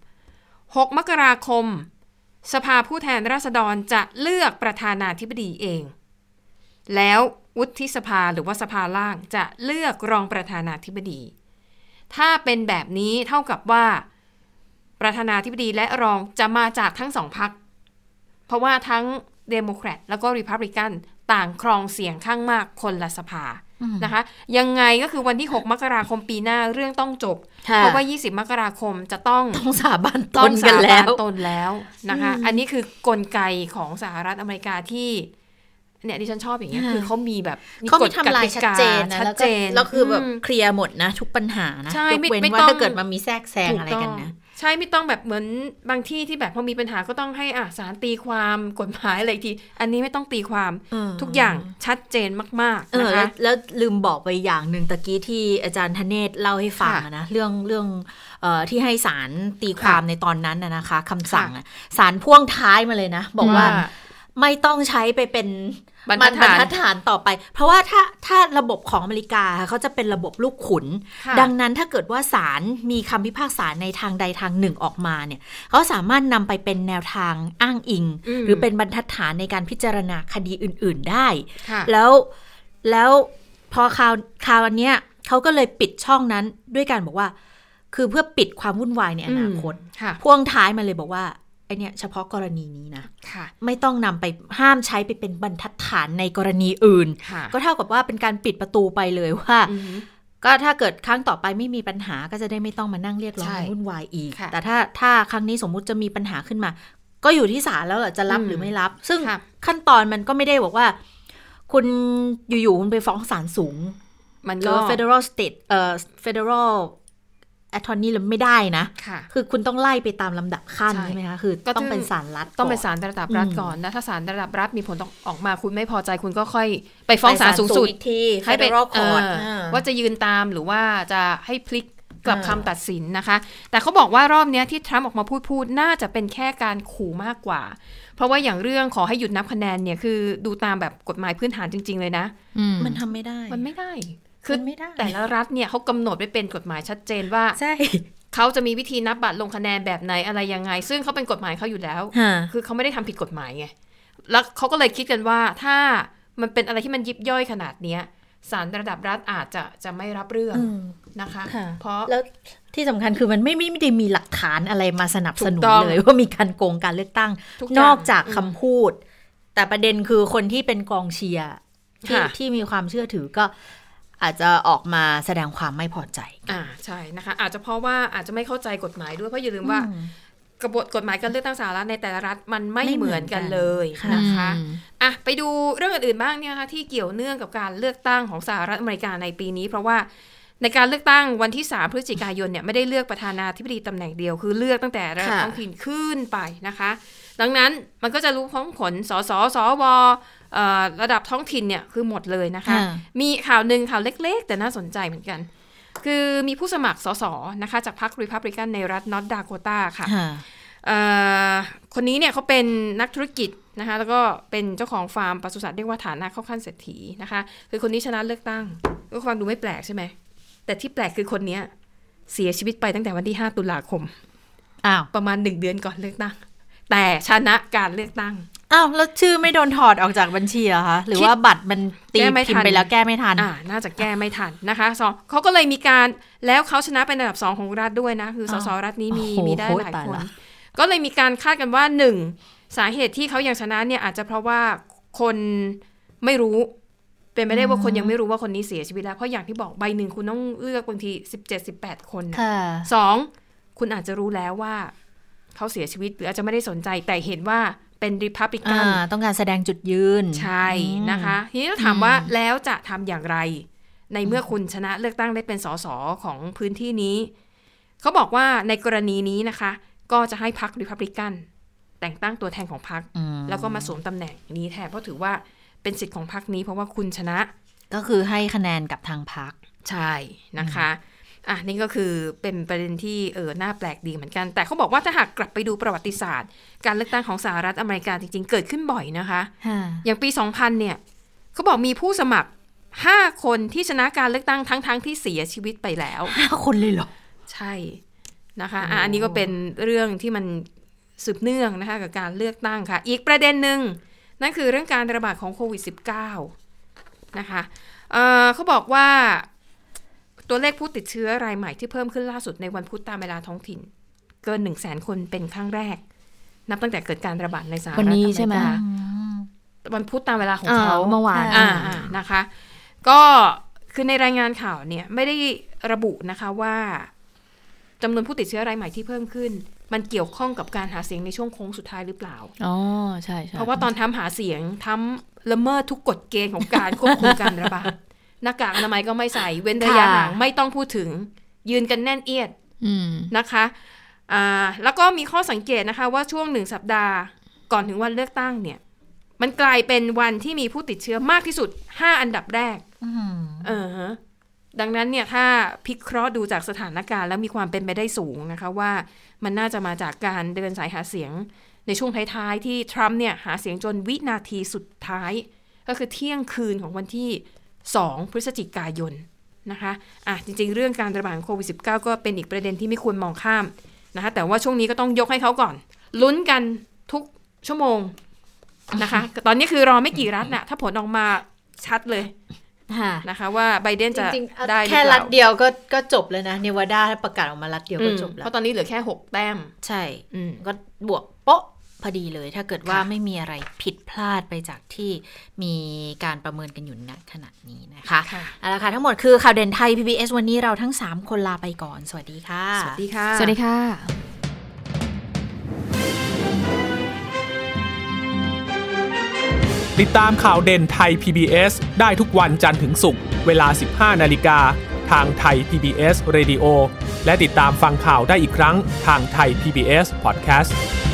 6 มกราคมสภาผู้แทนราษฎรจะเลือกประธานาธิบดีเองแล้ววุฒิสภาหรือว่าสภาล่างจะเลือกรองประธานาธิบดีถ้าเป็นแบบนี้เท่ากับว่าประธานาธิบดีและรองจะมาจากทั้ง2 พรรคเพราะว่าทั้งเดโมแครตแล้วก็รีพับลิกันต่างครองเสียงข้างมากคนละสภานะคะยังไงก็คือวันที่6 มกราคมปีหน้าเรื่องต้องจบเพราะว่า20 มกราคมจะต้อง
สาบานตนกัน
แล้วนะคะอันนี้คือกลไกของสหรัฐอเมริกาที่เนี่ยดิฉันชอบอย่างเงี้ยคือเขามีแบบ
เขามีทำลายชัดเจนนะแล้วคือแบบเคลียร์หมดนะทุกปัญหานะยกเว้นว่าถ้าเกิดมันมีแทรกแซงอะไรกันนะ
ใช่ไม่ต้องแบบเหมือนบางที่ที่แบบพอมีปัญหาก็ต้องให้ศาลตีความกฎหมายอะไรทีอันนี้ไม่ต้องตีความทุกอย่างชัดเจนมากๆนะคะ
แล้วลืมบอกไปอย่างหนึ่งตะกี้ที่อาจารย์ธเนศเล่าให้ฟังนะเรื่องที่ให้ศาลตีความในตอนนั้นนะคะคำสั่งศาลพ่วงท้ายมาเลยนะบอกว่าไม่ต้องใช้ไปเป็นบรรทัดฐานต่อไปเพราะว่าถ้าระบบของอเมริกาเขาจะเป็นระบบลูกขุนดังนั้นถ้าเกิดว่าศาลมีคำพิพากษาในทางใดทางหนึ่งออกมาเนี่ยเขาสามารถนำไปเป็นแนวทางอ้างอิงหรือเป็นบรรทัดฐานในการพิจารณาคดีอื่นๆได้แล้วพอคราวอันเนี้ยเขาก็เลยปิดช่องนั้นด้วยการบอกว่าคือเพื่อปิดความวุ่นวายในอนาคตพ่วงท้ายมาเลยบอกว่าไอเนี่ยเฉพาะกรณีนี้นะไม่ต้องนำไปห้ามใช้ไปเป็นบรรทัดฐานในกรณีอื่นก็เท่ากับว่าเป็นการปิดประตูไปเลยว่าก็ถ้าเกิดครั้งต่อไปไม่มีปัญหาก็จะได้ไม่ต้องมานั่งเรียกร้องวุ่นวายอีกแต่ถ้าครั้งนี้สมมุติจะมีปัญหาขึ้นมาก็อยู่ที่ศาลแล้วจะรับหรือไม่รับซึ่งขั้นตอนมันก็ไม่ได้บอกว่าคุณอยู่ๆคุณไปฟ้องศาลสูงมันก็ federal state federal attorney ไม่ได้นะคือคุณต้องไล่ไปตามลำดับขั้นใช่ไหมคะคือต้องเป็นศาลรัฐ
ต้องเป็นศาลระดับรัฐก่อนนะถ้าศาลระดับรัฐมีผลออกมาคุณไม่พอใจคุณก็ค่อยไปฟ้องศาลสูงสุดให้ไปว่าจะยืนตามหรือว่าจะให้พลิกกลับคำตัดสินนะคะแต่เขาบอกว่ารอบนี้ที่ทรัมป์ออกมาพูดน่าจะเป็นแค่การขู่มากกว่าเพราะว่าอย่างเรื่องขอให้หยุดนับคะแนนเนี่ยคือดูตามแบบกฎหมายพื้นฐานจริงๆเลยนะ
มันทำไม่ได้
มันไม่ได้คือแต่ละรัฐเนี่ยเขากำหนดไว้เป็นกฎหมายชัดเจนว่าเขาจะมีวิธีนับบัตรลงคะแนนแบบไหนอะไรยังไงซึ่งเขาเป็นกฎหมายเขาอยู่แล้วคือเขาไม่ได้ทำผิดกฎหมายไงแล้วเขาก็เลยคิดกันว่าถ้ามันเป็นอะไรที่มันยิบย่อยขนาดเนี้ยศาลระดับรัฐอาจจะไม่รับเรื่องนะคะเพราะ
แล้วที่สำคัญคือมันไม่ได้มีหลักฐานอะไรมาสนับสนุนเลยว่ามีการโกงการเลือกตั้งนอกจากคำพูดแต่ประเด็นคือคนที่เป็นกองเชียร์ที่มีความเชื่อถือก็อาจจะออกมาแสดงความไม่พอใจ
ใช่นะคะอาจจะเพราะว่าอาจจะไม่เข้าใจกฎหมายด้วยเพราะอย่าลืมว่ากฎหมายการเลือกตั้งสหรัฐในแต่ละรัฐมันไม่เหมือนกันเลยนะคะไปดูเรื่องอื่นๆบ้างเนี่ยค่ะที่เกี่ยวเนื่องกับการเลือกตั้งของสหรัฐอเมริกาในปีนี้เพราะว่าในการเลือกตั้งวันที่3 พฤศจิกายนเนี่ยไม่ได้เลือกประธานาธิบดีตำแหน่งเดียวคือเลือกตั้งแต่ระดับท้องถิ่นขึ้นไปนะคะดังนั้นมันก็จะรู้พ้องผลสสสว
ระดับท้องถิ่นเนี่ยคือหมดเลยนะคะมีข่าวเล็กๆแต่น่าสนใจเหมือนกันคือมีผู้สมัครสสนะคะจากพรรครีพับลิกันในรัฐนอร์ทดาโคตาค่ะคนนี้เนี่ยเขาเป็นนักธุรกิจนะคะแล้วก็เป็นเจ้าของฟาร์มปศุสัตว์เรียกว่าฐานะเข้าขั้นเศรษฐีนะคะคือคนนี้ชนะเลือกตั้งก็ฟังดูไม่แปลกใช่ไหมแต่ที่แปลกคือคนนี้เสียชีวิตไปตั้งแต่วันที่5 ตุลาคมประมาณ1 เดือนก่อนเลือกตั้งแต่ชนะการเลือกตั้ง
แล้วชื่อไม่โดนถอดออกจากบัญชีเหรอคะหรือว่าบัตรมันตีพิมพ์ไปแล้วแก้ไม่ทัน
น่าจะแก้ไม่ทันนะคะเขาก็เลยมีการแล้วเขาชนะเป็นอันดับ2ของรัฐด้วยนะคือสสรัฐนี้มีได้หลายคนก็เลยมีการคาดกันว่า1สาเหตุที่เขายังชนะเนี่ยอาจจะเพราะว่าคนไม่รู้เป็นไม่ได้ว่าคนยังไม่รู้ว่าคนนี้เสียชีวิตแล้วเพราะอย่างที่บอกใบหนึ่งคุณต้องเลือกบางที17-18 คน2คุณอาจจะรู้แล้วว่าเขาเสียชีวิตหรืออาจจะไม่ได้สนใจแต่เห็นว่าเป็นริพับลิกัน
ต้องการแสดงจุดยืน
ใช่นะคะทีนี้เราถามว่าแล้วจะทำอย่างไรในเมื่อคุณชนะเลือกตั้งได้เป็นสสของพื้นที่นี้เขาบอกว่าในกรณีนี้นะคะก็จะให้พรรคริพับลิกันแต่งตั้งตัวแทนของพรรคแล้วก็มาสวมตำแหน่งนี้แทนเพราะถือว่าเป็นสิทธิ์ของพรรคนี้เพราะว่าคุณชนะ
ก็คือให้คะแนนกับทางพรรค
ใช่นะคะนี่ก็คือเป็นประเด็นที่น่าแปลกดีเหมือนกันแต่เขาบอกว่าถ้าหากกลับไปดูประวัติศาสตร์การเลือกตั้งของสหรัฐอเมริกาจริงๆเกิดขึ้นบ่อยนะคะอย่างปี 2000 เนี่ยเขาบอกมีผู้สมัคร5 คนที่ชนะการเลือกตั้งทั้งที่เสียชีวิตไปแล้ว
5 คนเลยเหรอ
ใช่นะคะอันนี้ก็เป็นเรื่องที่มันสืบเนื่องนะคะกับการเลือกตั้งค่ะอีกประเด็นหนึ่งนั่นคือเรื่องการระบาดของโควิด -19 นะคะเขาบอกว่าตัวเลขผู้ติดเชื้อรายใหม่ที่เพิ่มขึ้นล่าสุดในวันพุธตามเวลาท้องถิ่นเกิน 100,000 คนเป็นครั้งแรกนับตั้งแต่เกิดการระบาดในสหรัฐอเมริกาวันนี้ใช่ไหมวันพุธตามเวลาของเขา
เมื่อวาน
นะคะก็คือในรายงานข่าวเนี่ยไม่ได้ระบุนะคะว่าจำนวนผู้ติดเชื้อรายใหม่ที่เพิ่มขึ้นมันเกี่ยวข้องกับการหาเสียงในช่วงโค้งสุดท้ายหรือเปล่า
ใช่
เพราะว่าตอนทำหาเสียงทำละเมิดทุกกฎเกณฑ์ของการควบคุมการระบาดหน้ากากอนามัยก็ไม่ใส่เว้นระยะห่างไม่ต้องพูดถึงยืนกันแน่นเอียดนะคะแล้วก็มีข้อสังเกตนะคะว่าช่วง1 สัปดาห์ก่อนถึงวันเลือกตั้งเนี่ยมันกลายเป็นวันที่มีผู้ติดเชื้อมากที่สุด5 อันดับแรกดังนั้นเนี่ยถ้าพิเคราะห์ดูจากสถานการณ์แล้วมีความเป็นไปได้สูงนะคะว่ามันน่าจะมาจากการเดินสายหาเสียงในช่วงท้ายๆที่ทรัมป์เนี่ยหาเสียงจนวินาทีสุดท้ายก็คือเที่ยงคืนของวันที่2 พฤศจิกายนนะคะจริงๆเรื่องการระบาดของโควิด -19 ก็เป็นอีกประเด็นที่ไม่ควรมองข้ามนะคะแต่ว่าช่วงนี้ก็ต้องยกให้เขาก่อนลุ้นกันทุกชั่วโมงนะคะตอนนี้คือรอไม่กี่รัฐน่ะถ้าผลออกมาชัดเลยนะคะว่าไบเดนจะได้
แค่รัฐเดียวก็จบเลยนะเนวาดาประกาศออกมารัฐเดียวก็จบแล้ว
เพราะตอนนี้เหลือแค่6 แต้ม
ใช่ก็บวกโป๊ะพอดีเลยถ้าเกิดว่าไม่มีอะไรผิดพลาดไปจากที่มีการประเมินกันอยู่ณขณะนี้นะคะเอาละค่ะทั้งหมดคือข่าวเด่นไทย PBS วันนี้เราทั้ง3คนลาไปก่อนสวัสดีค่ะ
สวัสดีค่ะ
สวัสดีค่ะ
ติดตามข่าวเด่นไทย PBS ได้ทุกวันจันทร์ถึงศุกร์เวลา 15:00 น.ทางไทย PBS Radio และติดตามฟังข่าวได้อีกครั้งทางไทย PBS Podcast